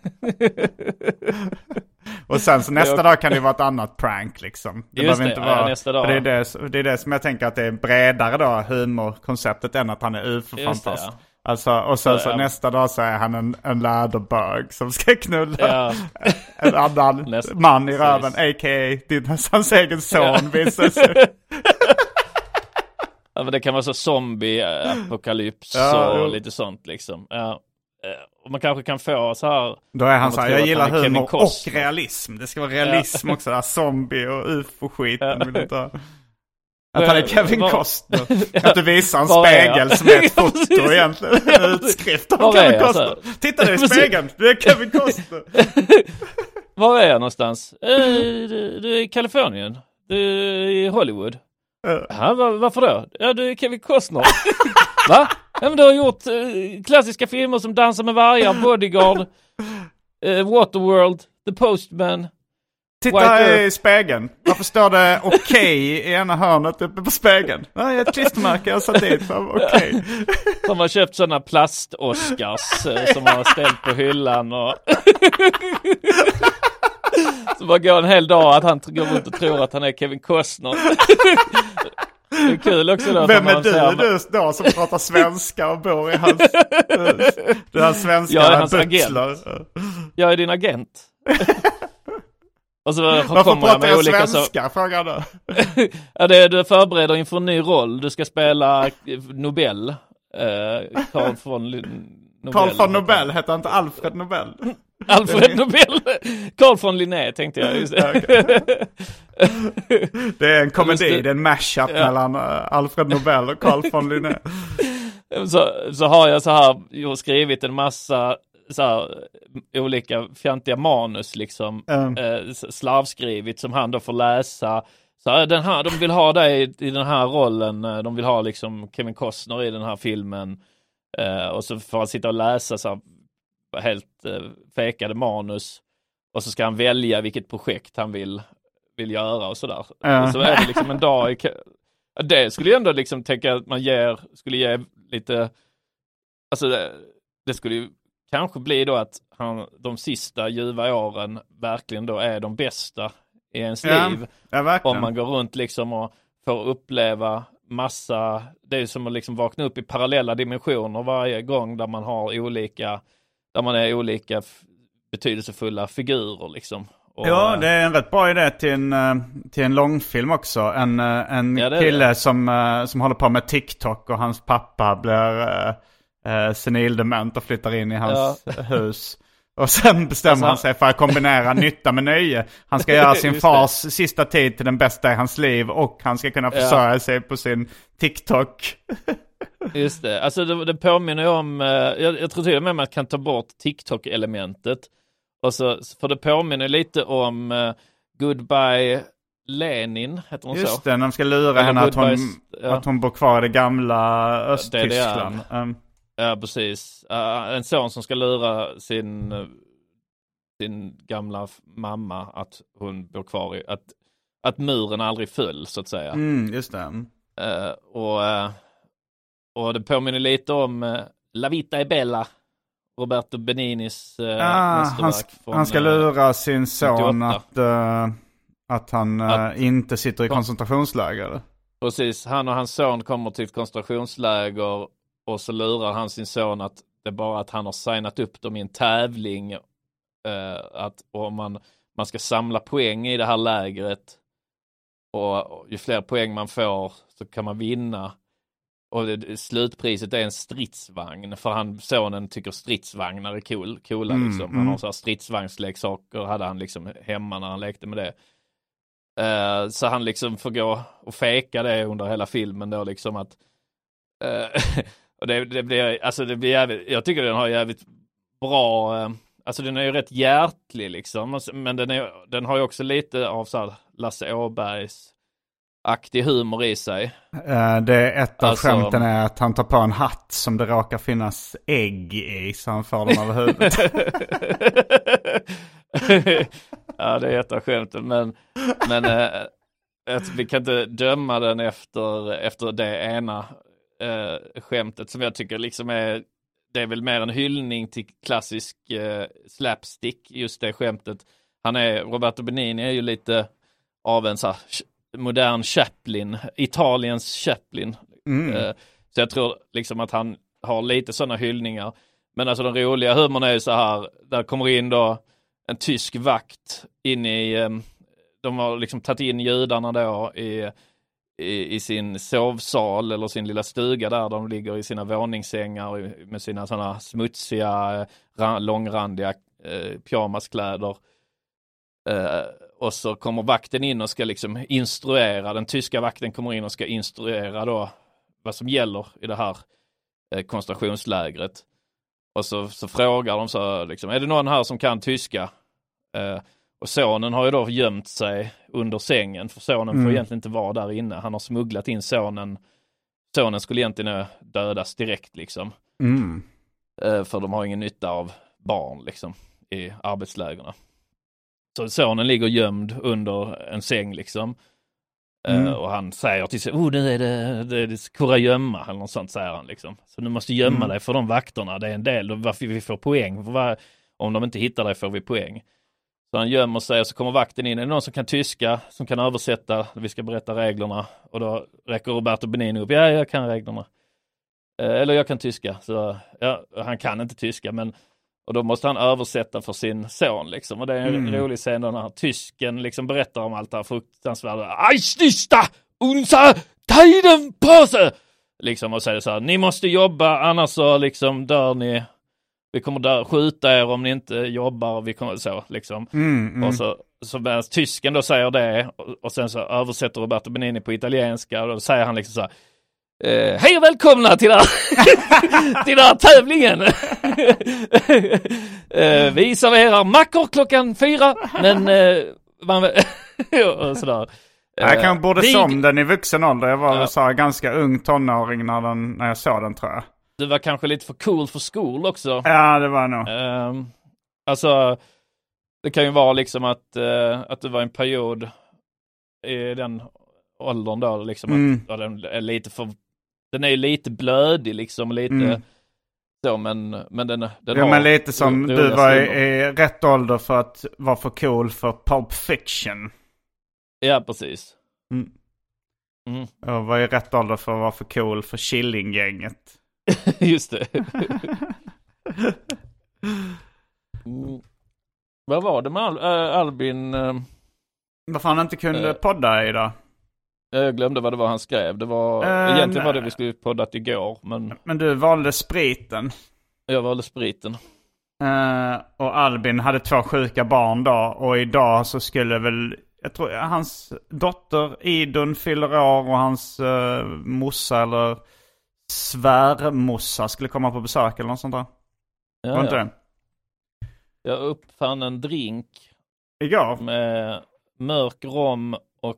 Och sen så nästa dag kan det vara ett annat prank liksom. Det behöver inte vara
nästa dag.
Det är det som jag tänker att det är bredare då, humorkonceptet, än att han är UFO-fantast. Alltså, och sen så nästa dag så är han en läderbög som ska knulla en annan man i röven, a.k.a. hans egen son visar sig.
Ja, men det kan vara så zombie-apokalyps och lite sånt liksom. Ja. Och man kanske kan få så här...
Då är han så här, jag gillar humor och realism. Det ska vara realism också, där zombie och ufo-skiten vill inte ha. Att han är Kevin Costner. Att du visar en spegel som är ett foto egentligen. En utskrift av Kevin Costner. Titta, det är spegeln. Du är Kevin Costner.
Var är jag någonstans? Du är i Kalifornien. Du är i Hollywood. Varför då? Ja, du är Kevin Costner. Va? Ja, men du har gjort klassiska filmer som Dansa med vargar, Bodyguard, Waterworld, The Postman.
Titta i spegeln. Varför står det okej i ena hörnet uppe på spegeln? Nej, ett klistermärke jag satt dit för okej.
De har köpt sådana plast-Oscars som har ställt på hyllan och... Så bara går en hel dag att han går runt och tror att han är Kevin Costner. Det är kul också då.
Vem är du då som pratar svenska och bor i hans... Du har svenska
jag är hans
butler.
Agent. Jag är din agent. Och så
varför pratar jag svenska? Frågar du.
Ja, det är du förbereder inför en ny roll. Du ska spela Nobel. Carl von Nobel.
Carl von Nobel heter inte Alfred Nobel.
Alfred Nobel. Carl von Linné tänkte jag. Just det.
Okay. Det är en komedi. Det är en mashup mellan Alfred Nobel och Carl von Linné.
Så har jag så här skrivit en massa så här, olika fjantiga manus liksom slavskrivit som han då får läsa. Så här, de vill ha dig i den här rollen. De vill ha liksom Kevin Costner i den här filmen. Och så får han sitta och läsa så här, helt fejkade manus. Och så ska han välja vilket projekt han vill göra och sådär. Och så är det liksom en dag det skulle ju ändå liksom tänka att man skulle ge lite, alltså det skulle ju kanske bli då att de sista ljuva åren verkligen då är de bästa i ens liv.
Ja,
om man går runt liksom och får uppleva massa, det är som att liksom vakna upp i parallella dimensioner varje gång där man har är olika betydelsefulla figurer liksom. Och,
ja, det är en rätt bra idé till en långfilm också. En kille som håller på med TikTok och hans pappa blir senildement och flyttar in i hans hus. Och sen bestämmer han sig för att kombinera nytta med nöje. Han ska göra sin fars sista tid till den bästa i hans liv och han ska kunna försörja sig på sin TikTok.
Just det. Alltså det påminner om... Jag tror till och med att man kan ta bort TikTok-elementet. Och så, för det påminner lite om Goodbye Lenin, heter hon så?
Just det, när de ska lura henne att hon bor kvar i det gamla Östtyskland.
Ja, precis. En son som ska lura sin gamla mamma att hon bor kvar i... Att muren aldrig föll, så att säga.
Just det.
Och det påminner lite om La Vita è Bella. Roberto Beninis mästerverk från,
han ska lura sin son
98.
att han inte sitter i koncentrationsläger.
Precis, han och hans son kommer till ett koncentrationsläger och så lurar han sin son att det är bara att han har signat upp dem i en tävling att om man ska samla poäng i det här lägret och ju fler poäng man får så kan man vinna. Och slutpriset är en stridsvagn, för sonen tycker stridsvagnar är coola liksom. Han har så här stridsvagnsleksaker, hade han liksom hemma när han lekte med det. Så han liksom får gå och feka det under hela filmen då liksom att och det blir jävligt, jag tycker den har jävligt bra, alltså den är ju rätt hjärtlig liksom, men den har ju också lite av så här Lasse Åbergs aktig humor i sig.
Det är ett av skämten är att han tar på en hatt som det råkar finnas ägg i, så han får dem över huvudet.
Ja, det är ett av skämten, men vi kan inte döma den efter det ena skämtet som jag tycker liksom det är väl mer en hyllning till klassisk slapstick, just det skämtet. Roberto Benigni är ju lite av en så här modern Chaplin, Italiens Chaplin. Så jag tror liksom att han har lite sådana hyllningar. Men alltså den roliga humorn är ju så här, där kommer in då en tysk vakt in i, de har liksom tagit in judarna då i sin sovsal eller sin lilla stuga där de ligger i sina våningssängar med sina sådana smutsiga, långrandiga pyjamaskläder. Och så kommer vakten in och ska liksom instruera, den tyska vakten kommer in och ska instruera då vad som gäller i det här koncentrationslägret. Och så frågar de så liksom, är det någon här som kan tyska? Och sonen har ju då gömt sig under sängen, för sonen får egentligen inte vara där inne. Han har smugglat in sonen. Sonen skulle egentligen dödas direkt liksom. För de har ingen nytta av barn liksom i arbetslägerna. Så sonen ligger gömd under en säng liksom. Och han säger till sig, det är kurragömma eller något sånt, säger han liksom. Så du måste gömma dig för de vakterna, det är en del varför vi får poäng. Om de inte hittar dig får vi poäng. Så han gömmer sig och så kommer vakten in. Är det någon som kan tyska, som kan översätta, vi ska berätta reglerna. Och då räcker Roberto Benigni upp, ja, jag kan reglerna. Eller jag kan tyska. Så han kan inte tyska, men och då måste han översätta för sin son liksom. Och det är en rolig scen då när tysken liksom berättar om allt det här fruktansvärda. Eichstista! Unser Teidenpause! Liksom, och säger så här, ni måste jobba, annars så liksom dör ni. Vi kommer skjuta er om ni inte jobbar. Vi kommer så liksom. Och så medan tysken då säger det och sen så översätter Roberto Benigni på italienska och då säger han liksom så här, hej och välkomna till den här tävlingen. Vi serverar mackor 4:00, men och sådär.
Jag kanske borde som den i vuxen ålder. Jag var så ganska ung tonåring när jag såg den, tror jag.
Du var kanske lite för cool för skol också.
Ja, det var nog.
Alltså, det kan ju vara liksom att det var en period i den åldern då liksom att den är lite för, den är ju lite blödig liksom, lite så, men den har,
men lite som du var i rätt ålder för att vara för cool för Pulp Fiction.
Ja, precis.
Jag var i rätt ålder för att vara för cool för Killinggänget.
Just det. Vad var det med Albin?
Varför han inte kunde podda idag?
Jag glömde vad det var han skrev. Det var egentligen var det vi skulle poddat igår, men
du valde spriten.
Jag valde spriten.
Och Albin hade 2 sjuka barn då, och idag så skulle väl, jag tror hans dotter Idun fyller år och hans mossa eller svärmossa skulle komma på besök eller något sånt där. Var inte det?
Jag uppfann en drink
igår
med mörk rom och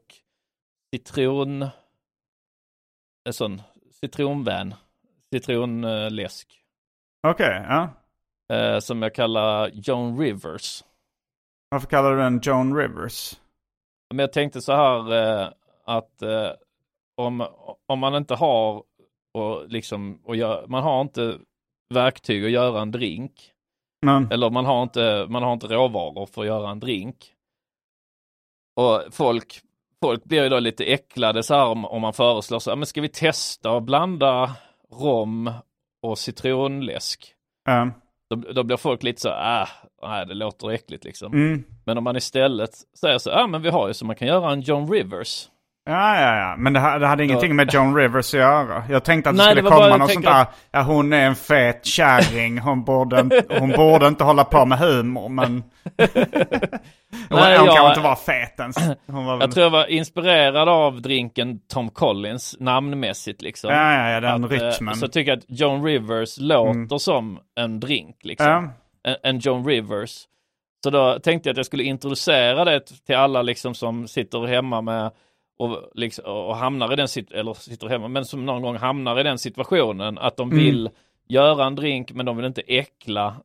citronläsk.
Okej, ja.
Som jag kallar Joan Rivers.
Varför kallar du den Joan Rivers?
Men jag tänkte så här att om man inte har man har inte verktyg att göra en drink. Eller man har inte råvaror för att göra en drink. Och folk blir ju då lite äcklade så här om man föreslår så här, men ska vi testa och blanda rom och citronläsk? Då blir folk lite så nej, det låter äckligt liksom. Men om man istället säger så, men vi har ju så man kan göra en Joan Rivers.
Ja. Men det hade ingenting med Joan Rivers att göra. Jag tänkte att det skulle komma något sånt där. Ja, hon är en fet kärring. Hon borde inte hålla på med humor, men... hon kan inte vara fet ens.
Jag tror jag var inspirerad av drinken Tom Collins, namnmässigt liksom.
Ja, den Richmond.
Så tycker jag att Joan Rivers låter som en drink liksom. En Joan Rivers. Så då tänkte jag att jag skulle introducera det till alla liksom som sitter hemma med och hamnar i den sitter hemma, men som någon gång hamnar i den situationen att de vill göra en drink, men de vill inte äckla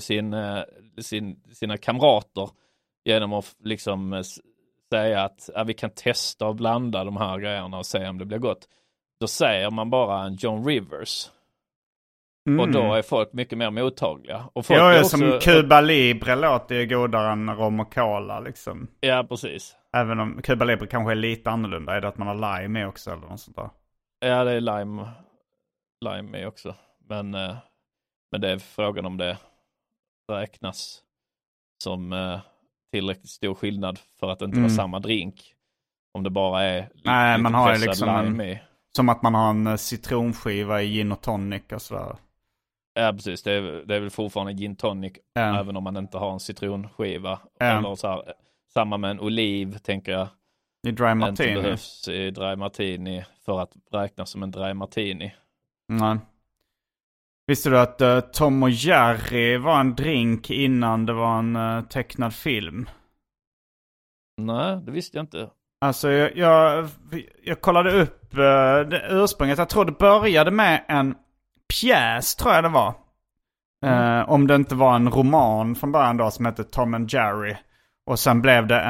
sina kamrater genom att liksom säga att vi kan testa och blanda de här grejerna och se om det blir gott. Då säger man bara en Joan Rivers. Och då är folk mycket mer mottagliga. Och folk är också,
som Cuba Libre låter ju godare än rom och cola liksom.
Ja, precis.
Även om Cuba Libre kanske är lite annorlunda. Är det att man har lime med också eller något sånt där?
Ja, det är lime med också. Men det är frågan om det räknas som tillräckligt stor skillnad för att det inte var samma drink. Om det bara är
man har
lite
liksom
lime i.
Som att man har en citronskiva i gin och tonic och sådär.
Ja, precis. Det är väl fortfarande gin tonic även om man inte har en citronskiva. Eller så här, samma med en oliv, tänker jag.
I dry martini.
Inte behövs i dry martini för att räknas som en dry martini.
Nej. Visste du att Tom och Jerry var en drink innan det var en tecknad film?
Nej, det visste jag inte.
Alltså jag kollade upp det ursprunget. Jag tror det började med en pjäs, tror jag det var. Om det inte var en roman från början då som hette Tom and Jerry. Och sen blev det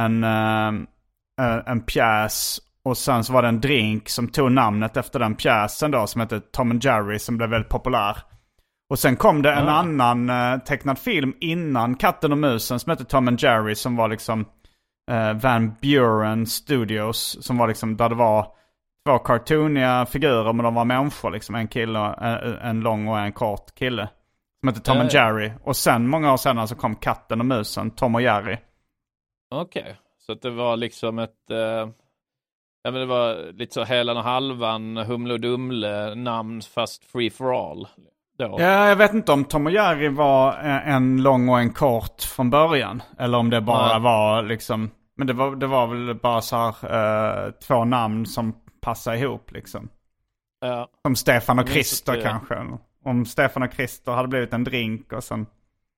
en pjäs. Och sen så var det en drink som tog namnet efter den pjäsen då som hette Tom and Jerry, som blev väldigt populär. Och sen kom det en annan tecknad film innan Katten och musen som hette Tom and Jerry, som var liksom Van Buren Studios, som var liksom där det var två cartooniga figurer, men de var människor liksom, en kille, en lång och en kort kille som hette Tom and Jerry. Och sen många år senare så kom Katten och musen, Tom och Jerry.
Okej. Så att det var liksom ett men det var lite så Helan och Halvan, Humle och Dumle namn, fast free for all då.
Ja, jag vet inte om Tom och Jerry var en lång och en kort från början, eller om det bara var liksom, men det var väl bara så här två namn som passar ihop liksom.
Ja.
Som Stefan och Christer kanske. Om Stefan och Christer hade blivit en drink och sen.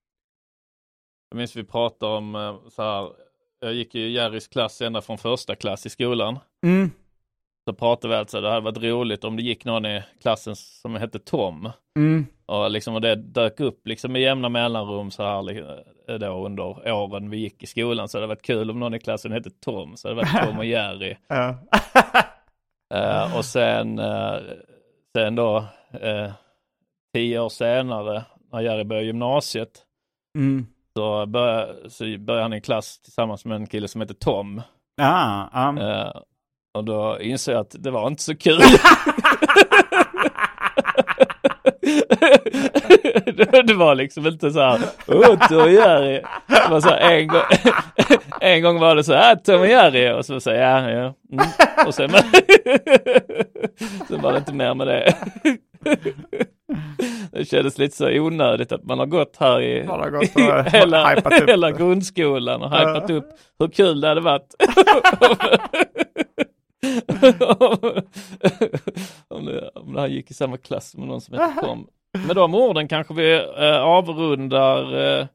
Jag minns vi pratade om så här, jag gick i Jerrys klass ända från första klass i skolan. Så pratade vi alltså, det hade varit roligt om det gick någon i klassen som hette Tom. Och liksom, och det dök upp liksom med jämna mellanrum så här då under åren vi gick i skolan. Så det hade varit kul om någon i klassen hette Tom. Så det hade varit Tom och Jerry. Och sen då 10 år senare när Jerry började gymnasiet så började han i klass tillsammans med en kille som heter Tom. Och då insåg jag att det var inte så kul. Det var liksom inte så här Tom och Jerry. Det var så här, en gång var det så här Tom och Jerry, och så säger jag och sen så var det inte mer med det. Det kändes lite så onödigt att man har gått här i hela grundskolan och hypat upp hur kul det hade varit. om det här gick i samma klass med någon som heter Tom. Med de orden kanske vi avrundar.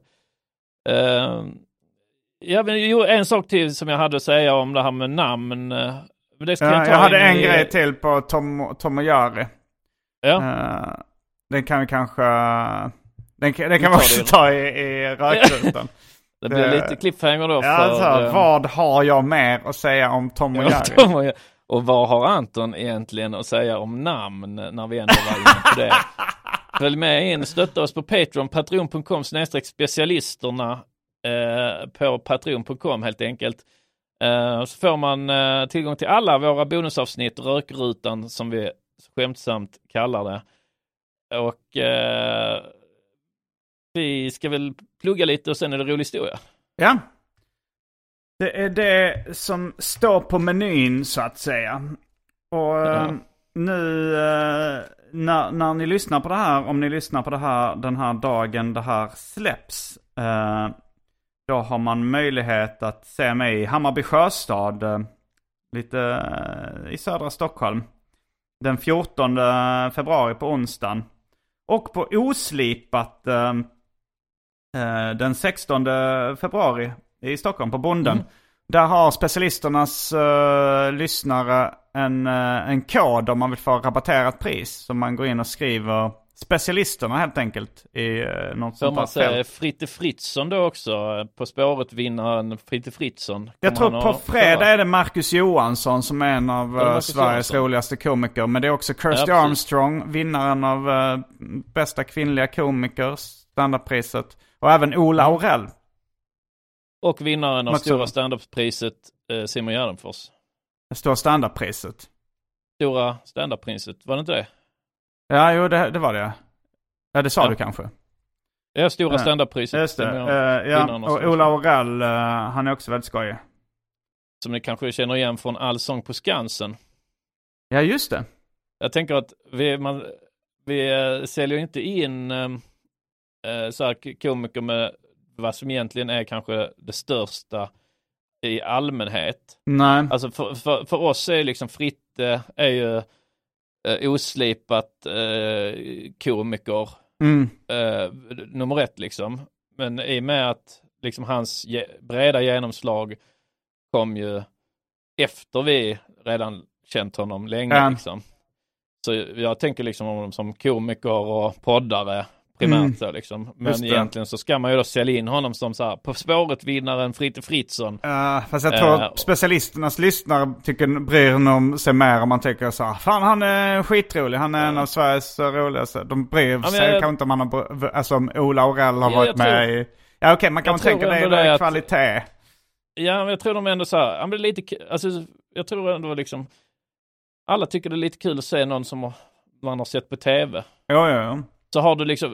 En sak till som jag hade att säga om det här med namn. Det ska jag
hade en grej till på Tom och Jerry. Den kan vi kanske den kan vi också ta i rökrutan.
Det blir lite cliffhanger då.
Vad har jag mer att säga om Tom och Jerry?
Och vad har Anton egentligen att säga om namn när vi ändå var inne på det? Följ med in, stötta oss på Patreon, patreon.com/specialisterna på patreon.com helt enkelt. Så får man tillgång till alla våra bonusavsnitt, rökrutan som vi skämtsamt kallar det. Och vi ska väl plugga lite och sen är det rolig historia.
Ja. Det är det som står på menyn så att säga. Och nu när ni lyssnar på det här, om ni lyssnar på det här den här dagen det här släpps, då har man möjlighet att se mig i Hammarby Sjöstad, lite i södra Stockholm, den 14 februari på onsdagen. Och på Oslipat den 16 februari i Stockholm på Bonden. Där har specialisternas lyssnare en kod om man vill få rabatterat pris. Så man går in och skriver specialisterna helt enkelt i något sånt här fält.
Fritte Fritzson då också, På spåret vinnaren Fritte Fritzson.
Jag tror på fredag är det Marcus Johansson som är en av Sveriges roligaste komiker. Men det är också Kirsty Armstrong, vinnaren av bästa kvinnliga komiker, standardpriset. Och även Ola Aurell.
Och vinnaren av stora standardpriset Simon Gärdenfors.
Stora standardpriset.
Stora standardpriset, var det inte det?
Ja, jo, det var det. Ja, det sa du kanske.
Ja, stora standardpriset.
Just det. Och Ola Aurell, han är också väldigt skojig.
Som ni kanske känner igen från Allsång på Skansen.
Ja, just det.
Jag tänker att vi säljer inte in så här komiker med vad som egentligen är kanske det största i allmänhet.
Nej.
Alltså för oss är liksom Fritte är ju oslipat komiker nummer 1 liksom. Men i och med att liksom hans breda genomslag kom ju efter vi redan känt honom länge liksom. Så jag tänker liksom om honom som komiker och poddare primärt så liksom. Men egentligen så ska man ju då sälja in honom som så här På spåret vinnaren Fritte Fritzson.
Fast jag tror specialisternas lyssnare bryr sig mer om man tycker så här, fan han är skitrolig, han är en av Sveriges roligaste. De bryr sig kanske inte om han har, alltså om Ola Aurell har varit med i. Ja okej, man kan tänka det är kvalitet.
Ja, men jag tror de ändå så här, det är lite, alltså jag tror ändå liksom alla tycker det är lite kul att se någon som man har sett på tv.
Ja.
Så har du liksom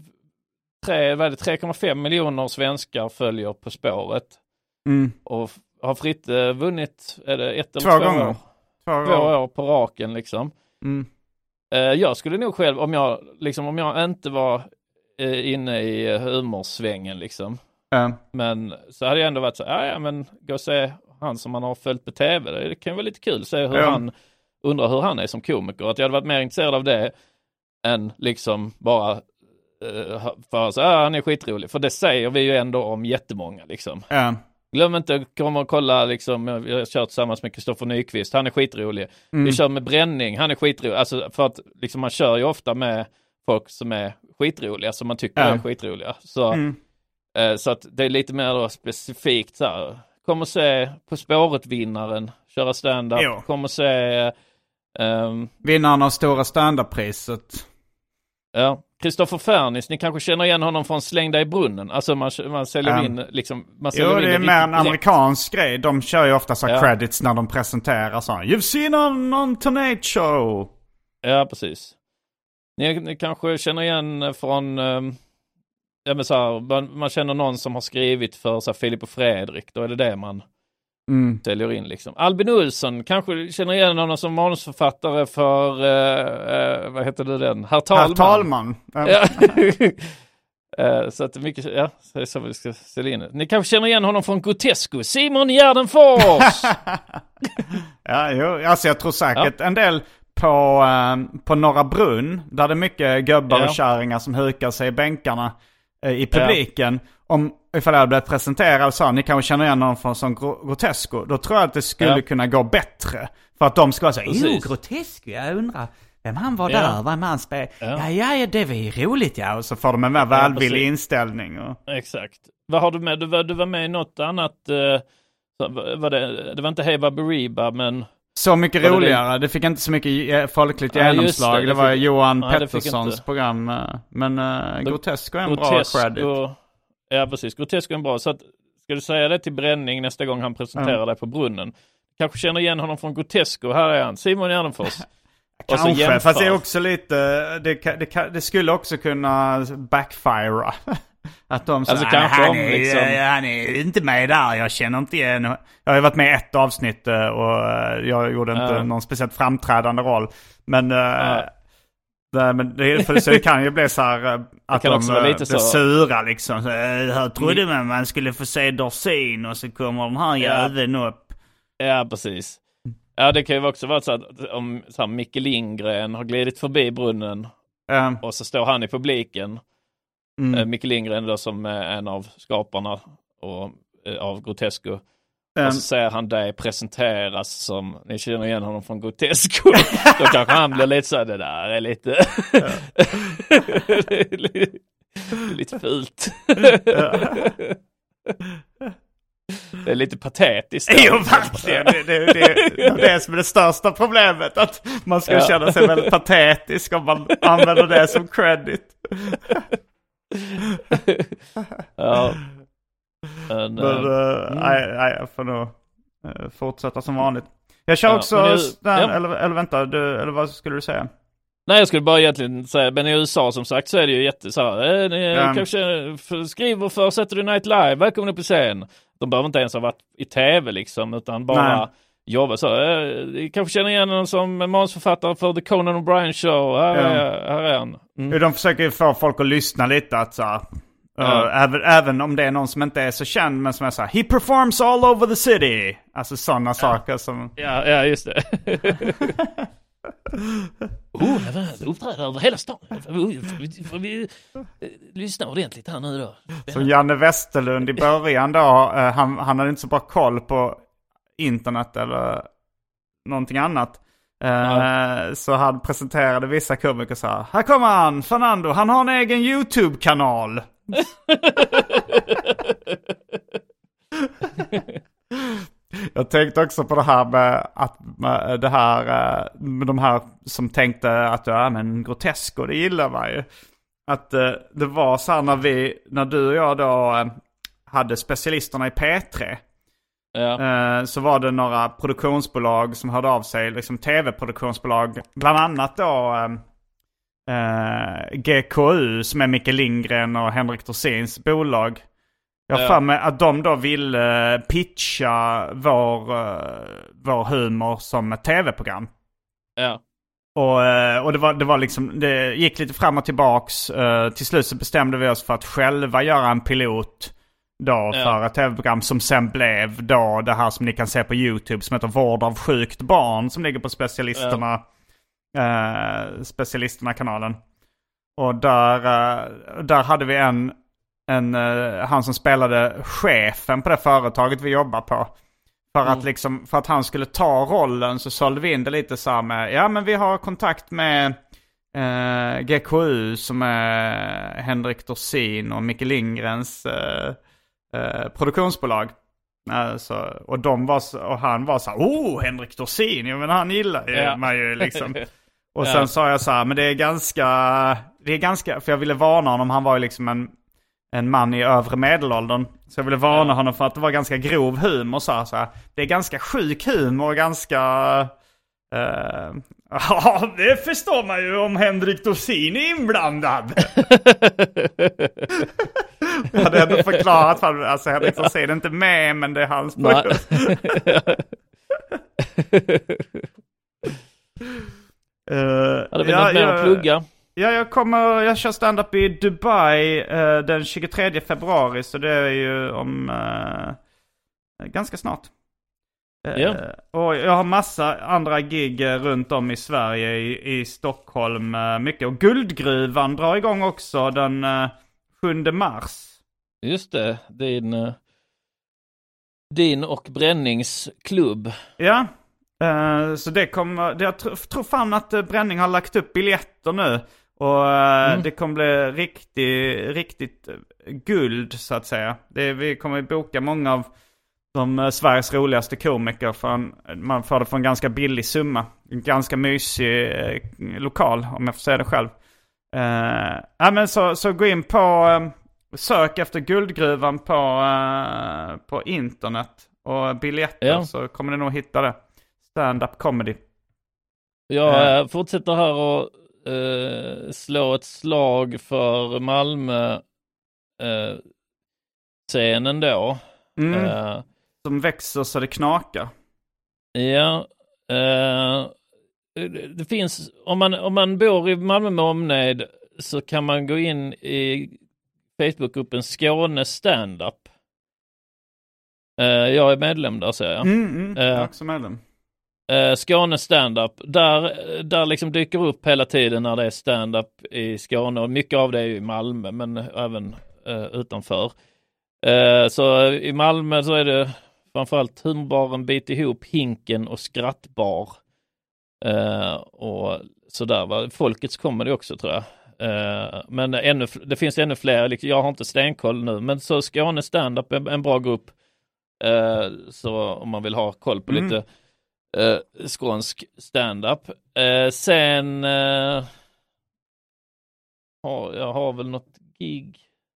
3,5 miljoner svenskar följer På spåret. Och har Fritte vunnit, är det 1 eller 2
gånger?
2 år på raken liksom. Jag skulle nog själv, om jag inte var inne i humorsvängen liksom. Men så hade jag ändå varit så men gå och se han som man har följt på tv. Det kan ju vara lite kul, se hur han undrar hur han är som komiker. Att jag hade varit mer intresserad av det än liksom bara för så han är skitrolig. För det säger vi ju ändå om jättemånga liksom. Glöm inte att komma och kolla liksom, jag har kört tillsammans med Kristoffer Nyqvist, han är skitrolig. Vi kör med Bränning, han är skitrolig. Alltså för att liksom man kör ju ofta med folk som är skitroliga, som man tycker är skitroliga. Så att det är lite mer då specifikt så här. Kom och se På spåret vinnaren, köra stand-up. Kom och se
vinnaren av stora standardpriset.
Ja, Kristoffer Fernis, ni kanske känner igen honom från Slängda i brunnen. Alltså man säljer in liksom, man säljer in
det är mer en amerikansk grej. De kör ju ofta så credits när de presenterar så. You've seen on Tonight Show.
Ja, precis. Ni kanske känner igen från men så här, man känner någon som har skrivit för så här, Filip och Fredrik, då är det man säljer in liksom. Albin Olsson kanske känner igen någon som manusförfattare för vad heter det den? Herr Talman. Så att mycket så vi ska sälja in. Ni kanske känner igen honom från Grotesco, Simon Gärdenfors.
Alltså jag tror säkert en del på Norra Brunn där det är mycket gubbar och kärringar som hukar sig i bänkarna i publiken. Ifall jag blev presenterad så ni kanske känner igen någon från som Grotesco, då tror jag att det skulle kunna gå bättre. För att de ska säga, Grotesco, jag undrar vem han var där, vad man spelade. Ja, det var ju roligt, och så får de en mer välvillig inställning.
Exakt. Vad har du med? Du var med i något annat, det var inte Hey Baberiba, men
Så mycket roligare. Det fick inte så mycket folkligt genomslag. Det var Johan Petterssons program. Men Grotesco är en bra credit.
Ja, precis. Grotesco är en bra. Så att, ska du säga det till Bränning nästa gång han presenterar dig på Brunnen? Kanske känner igen honom från Grotesco. Här är han, Simon Gärdenfors.
Kanske, fast det är också lite... Det skulle också kunna backfire. Att de säger, han är inte med där, jag känner inte igen. Jag har ju varit med i ett avsnitt och jag gjorde inte någon speciellt framträdande roll. Men det kan ju bli så här att de blir sura liksom. Jag trodde man skulle få se Dorsin och så kommer den här jäveln upp.
Ja, precis. Ja, det kan ju också vara så att om så här, Micke Lindgren har glidit förbi Brunnen och så står han i publiken. Micke Lindgren då, som är en av skaparna av Grotesco. Och så ser han dig presenteras som, ni känner igen honom från Grotesco. Då kanske han blir lite så här, det där är lite lite fult. Det är lite patetiskt.
Jo, verkligen. Det är det som är det största problemet. Att man ska känna sig väldigt patetisk om man använder det som credit.
Ja.
Jag får nog fortsätta som vanligt. Jag kör också eller vänta, eller vad skulle du säga?
Nej, jag skulle bara egentligen säga, men i USA som sagt så är det ju jätte så här, kanske skriver för Saturday Night Live, välkommen upp på scen. De behöver inte ens ha varit i tv liksom, utan bara jobba så. Kanske känner igen någon som manusförfattare för The Conan O'Brien Show. Här är han.
De försöker ju få folk att lyssna lite, att så här, även om det är någon som inte är så känd, men som är så här, he performs all over the city. Alltså sådana saker som...
Ja, just det. Uppträder över hela stan. Får vi lyssna ordentligt här nu då?
Som Janne Westerlund i början då, han hade inte så bra koll på internet eller någonting annat. Så han presenterade vissa komiker så här kommer han, Fernando, han har en egen YouTube-kanal. Jag tänkte också på det här med att med de här som tänkte att men Grotesco, det gillar man ju. Att det var så här när du och jag då hade specialisterna i P3. Så var det några produktionsbolag som hörde av sig, liksom tv-produktionsbolag, bland annat då GKU som är Micke Lindgren och Henrik Dorsins bolag. Jag har för mig att de då ville pitcha vår humor som ett tv-program.
Ja.
Och det var liksom, det gick lite fram och tillbaks. Till slut så bestämde vi oss för att själva göra en pilot då för ett tv-program som sen blev då det här som ni kan se på YouTube som heter Vård av sjukt barn, som ligger på Specialisterna-kanalen. Och där hade vi han som spelade chefen på det företaget vi jobbar på. För att han skulle ta rollen så sålde vi in det lite så här med, men vi har kontakt med GKU som är Henrik Dorsin och Micke Lindgrens produktionsbolag. Och han var så här, Henrik Dorsin, men han gillar ju mig ju liksom. Och sen sa jag så här, men det är ganska, för jag ville varna honom, han var ju liksom en man i övre medelåldern. Så jag ville varna honom för att det var ganska grov humor. Så här. Det är ganska sjuk humor och ganska... det förstår man ju om Henrik Dorsin är inblandad. Jag hade ändå förklarat för alltså Henrik Dorsin är inte med, men det är hans produkt.
Hade vi något mer att plugga?
Ja, jag kör stand-up i Dubai den 23 februari, så det är ju om ganska snart. Och jag har massa andra gig runt om i Sverige, i Stockholm mycket. Och Guldgruvan drar igång också den 7 mars.
Just det, din och Brännings-klubb.
Ja, så det kommer, jag tror fan att Bränning har lagt upp biljetter nu. Och det kommer bli riktigt guld så att säga. Vi kommer boka många av som Sveriges roligaste komiker. Man får det för en ganska billig summa. En ganska mysig lokal, om jag får säga det själv. Men så gå in på sök efter Guldgruvan på internet och biljetter, så kommer ni nog hitta det. Stand-up comedy.
Jag fortsätter här och slå ett slag för Malmö scenen då.
Som växer så det knakar.
Ja. Det finns, om man bor i Malmö med omnejd, så kan man gå in i Facebookgruppen Skåne Stand-up. Jag är medlem där, säger jag.
Jag är också medlem.
Skåne Stand-up. Där liksom dyker upp hela tiden när det är stand-up i Skåne. Och mycket av det är ju i Malmö, men även utanför. Så i Malmö så är det framförallt Humorbaren, Bit ihop, Hinken och Skrattbar. Och sådär, va? Folkets comedy också, tror jag. Men det finns ännu fler. Jag har inte stenkoll nu, men så Skåne Stand-up är en bra grupp. Så om man vill ha koll på lite skånsk stand-up. Sen jag har väl något gig.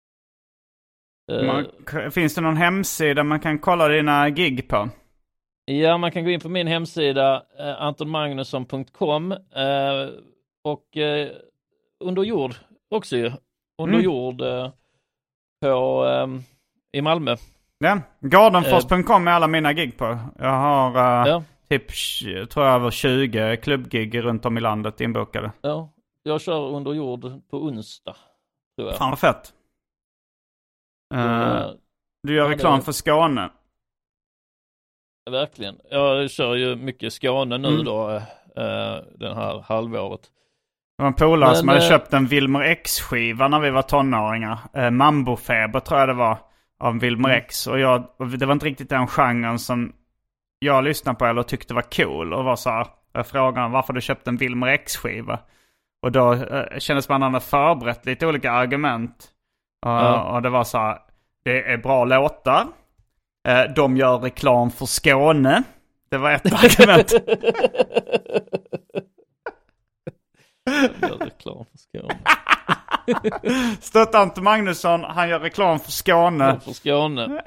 Finns det någon hemsida man kan kolla dina gig på?
Ja, man kan gå in på min hemsida antonmagnusson.com och under jord också ju. Under jord i Malmö.
Ja, gardenfors.com är alla mina gig på. Jag har tror jag över 20 klubbgig runt om i landet inbokade.
Ja, jag kör under jord på onsdag, tror jag.
Fan vad fett. Du gör reklam för Skåne.
Verkligen. Jag kör ju mycket Skåne nu då, den här halvåret.
Det var en polare som hade köpt en Wilmer X-skiva när vi var tonåringar. Mambofeber tror jag det var, av Wilmer X. Och det var inte riktigt den genren som jag lyssnade på eller tyckte var cool. Och var så här, jag frågade varför du köpte en Wilmer X-skiva. Och då kändes man hade förberett lite olika argument. Och det var så här, det är bra låtar. De gör reklam för Skåne. Det var ett argument.
Gör reklam för Skåne.
Stötta Anton Magnusson, han gör reklam för Skåne.
För Skåne.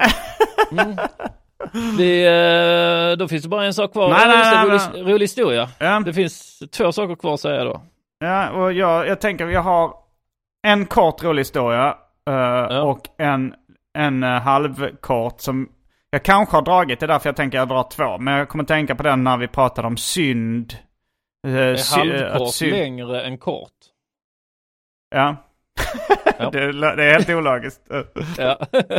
Då finns det bara en sak kvar. Rolig historia. Ja. Det finns 2 saker kvar, säger jag då.
Ja, och jag tänker jag har en kort rolig historia och en halvkort som jag kanske har dragit. Det är därför jag tänker jag drar 2. Men jag kommer tänka på den när vi pratade om synd.
Är halvkort längre än kort?
Ja. Det är helt ologiskt.
Ja.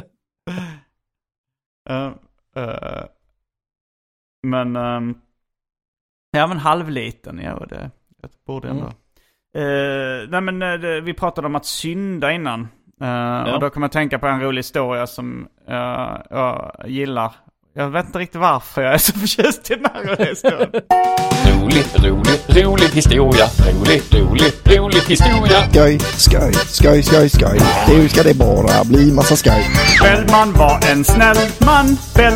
Men halvliten, ja, det jag borde ändå. Vi pratade om att synda innan. Och då kan man tänka på en rolig historia som jag gillar. Jag vet inte riktigt varför jag är så förtjust i den här roliga historien.
Rolig historia. Rolig historia.
Skoj. Nu ska det bara bli massa skoj.
Bellman var en snäll man.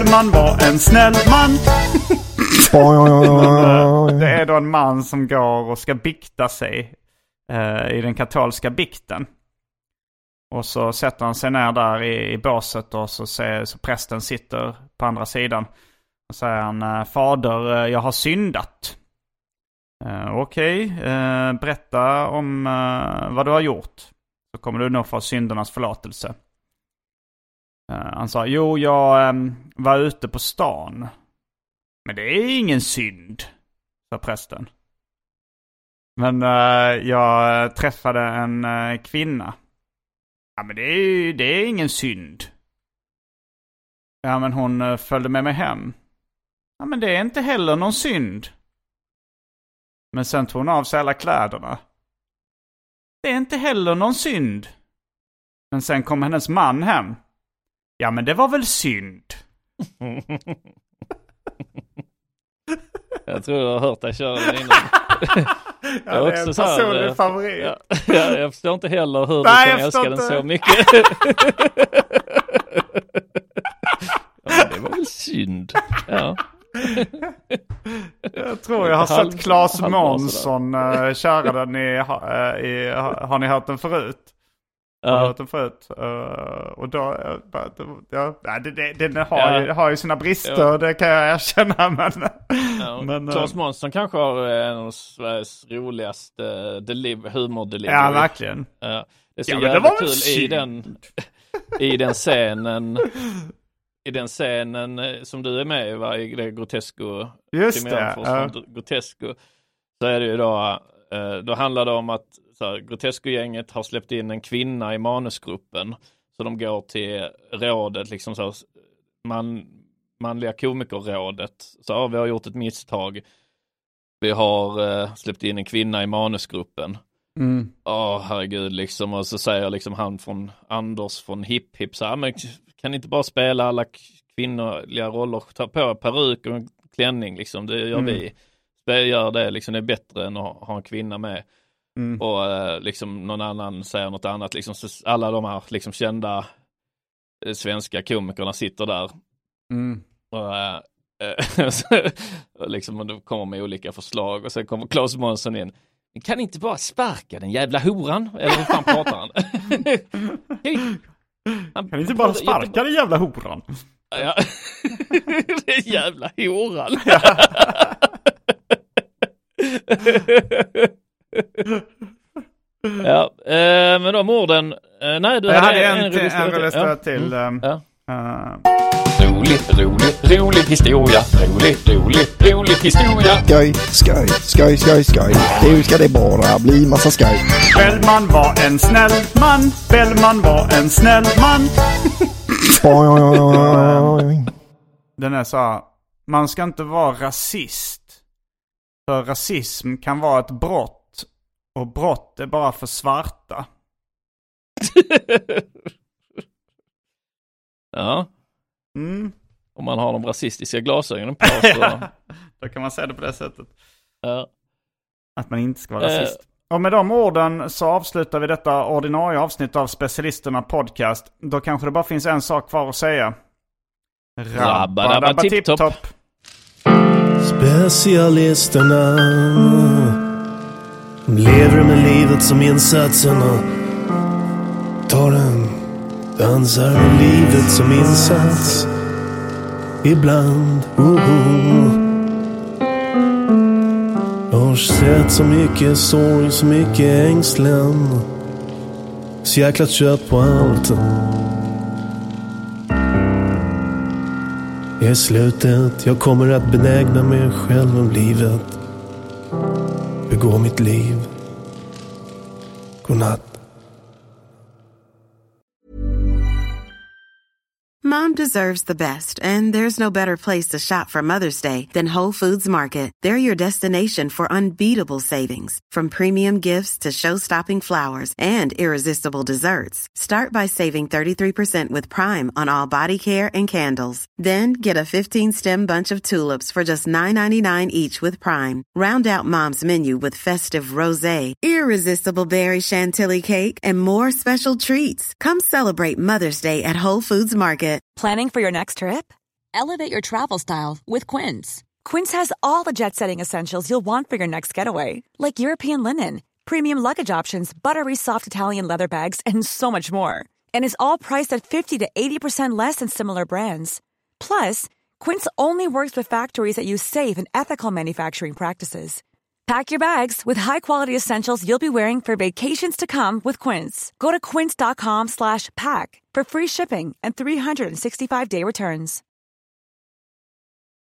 Det är då en man som går och ska bikta sig i den katolska bikten. Och så sätter han sig ner där i båset och så prästen sitter på andra sidan. Och säger han, fader, jag har syndat. Okej, berätta om vad du har gjort. Så kommer du nog få syndernas förlåtelse. Han sa, jag var ute på stan. Men det är ingen synd, sa prästen. Men jag träffade en kvinna. Ja, men det är ingen synd. Ja, men hon följde med mig hem. Ja, men det är inte heller någon synd. Men sen tog hon av sig alla kläderna. Det är inte heller någon synd. Men sen kom hennes man hem. Ja, men det var väl synd.
Jag tror jag har hört dig köra den innan.
Ja, det är en personlig favorit.
Jag förstår inte heller hur du kan älska den så mycket. Ja, det var väl synd. Ja.
Jag tror jag har sett Claes Månsson köra den i har ni hört den förut? Har hört den förut? Och då den har ju sina brister, det kan jag erkänna, men
Claes Månsson kanske har en av Sveriges roligaste humor-delivery.
Ja, verkligen.
Det är så jävla kul i den scenen som du är med i det Grotesco.
Just det.
Grotesco. Så är det ju då handlar det om att Grotesco-gänget har släppt in en kvinna i manusgruppen. Så de går till rådet, liksom så manliga komikerrådet. Så vi har gjort ett misstag. Vi har släppt in en kvinna i manusgruppen. Herregud liksom. Och så säger liksom Anders från Hipp så här, men kan inte bara spela alla kvinnliga roller, ta på peruk och klänning liksom, det gör vi. Gör det liksom, det är bättre än att ha en kvinna med. Och liksom någon annan säger något annat liksom, så alla de här liksom kända svenska komikerna sitter där. Och liksom de kommer med olika förslag och sen kommer Claes Månsson in. Kan inte bara sparka den jävla horan? Eller hur fan pratar han?
Kan inte bara sparka den jävla horan?
Ja. Den jävla horan. Ja, men de orden. Nej, du hade en rolig
till. Rolig historia. Rolig historia.
Skoj. Nu ska det bara bli massa skoj.
Bellman var en snäll man. Bellman var en snäll man. Den är så här, man ska inte vara rasist. För rasism kan vara ett brott. Och brott är bara för svarta.
Ja. Om man har de rasistiska glasögonen på så...
Då kan man säga det på det sättet.
Ja.
Att man inte ska vara rasist. Och med de orden så avslutar vi detta ordinarie avsnitt av Specialisterna podcast. Då kanske det bara finns en sak kvar att säga.
Rabba tipp-topp.
Specialisterna lever med livet som insatserna. Tar den, dansar med livet som insats. Ibland, jag har sett så mycket sorg, så mycket ängslan. Så jäkla trött på allt. I slutet, jag kommer att benägna mig själv om livet. Begå mitt liv. Godnatt.
Mom deserves the best, and there's no better place to shop for Mother's Day than Whole Foods Market. They're your destination for unbeatable savings, from premium gifts to show-stopping flowers and irresistible desserts. Start by saving 33% with Prime on all body care and candles. Then get a 15-stem bunch of tulips for just $9.99 each with Prime. Round out Mom's menu with festive rosé, irresistible berry chantilly cake, and more special treats. Come celebrate Mother's Day at Whole Foods Market.
Planning for your next trip? Elevate your travel style with Quince. Quince has all the jet-setting essentials you'll want for your next getaway, like European linen, premium luggage options, buttery soft Italian leather bags, and so much more. And is all priced at 50 to 80% less than similar brands. Plus, Quince only works with factories that use safe and ethical manufacturing practices. Pack your bags with high-quality essentials you'll be wearing for vacations to come with Quince. Go to quince.com/pack for free shipping and 365-day returns.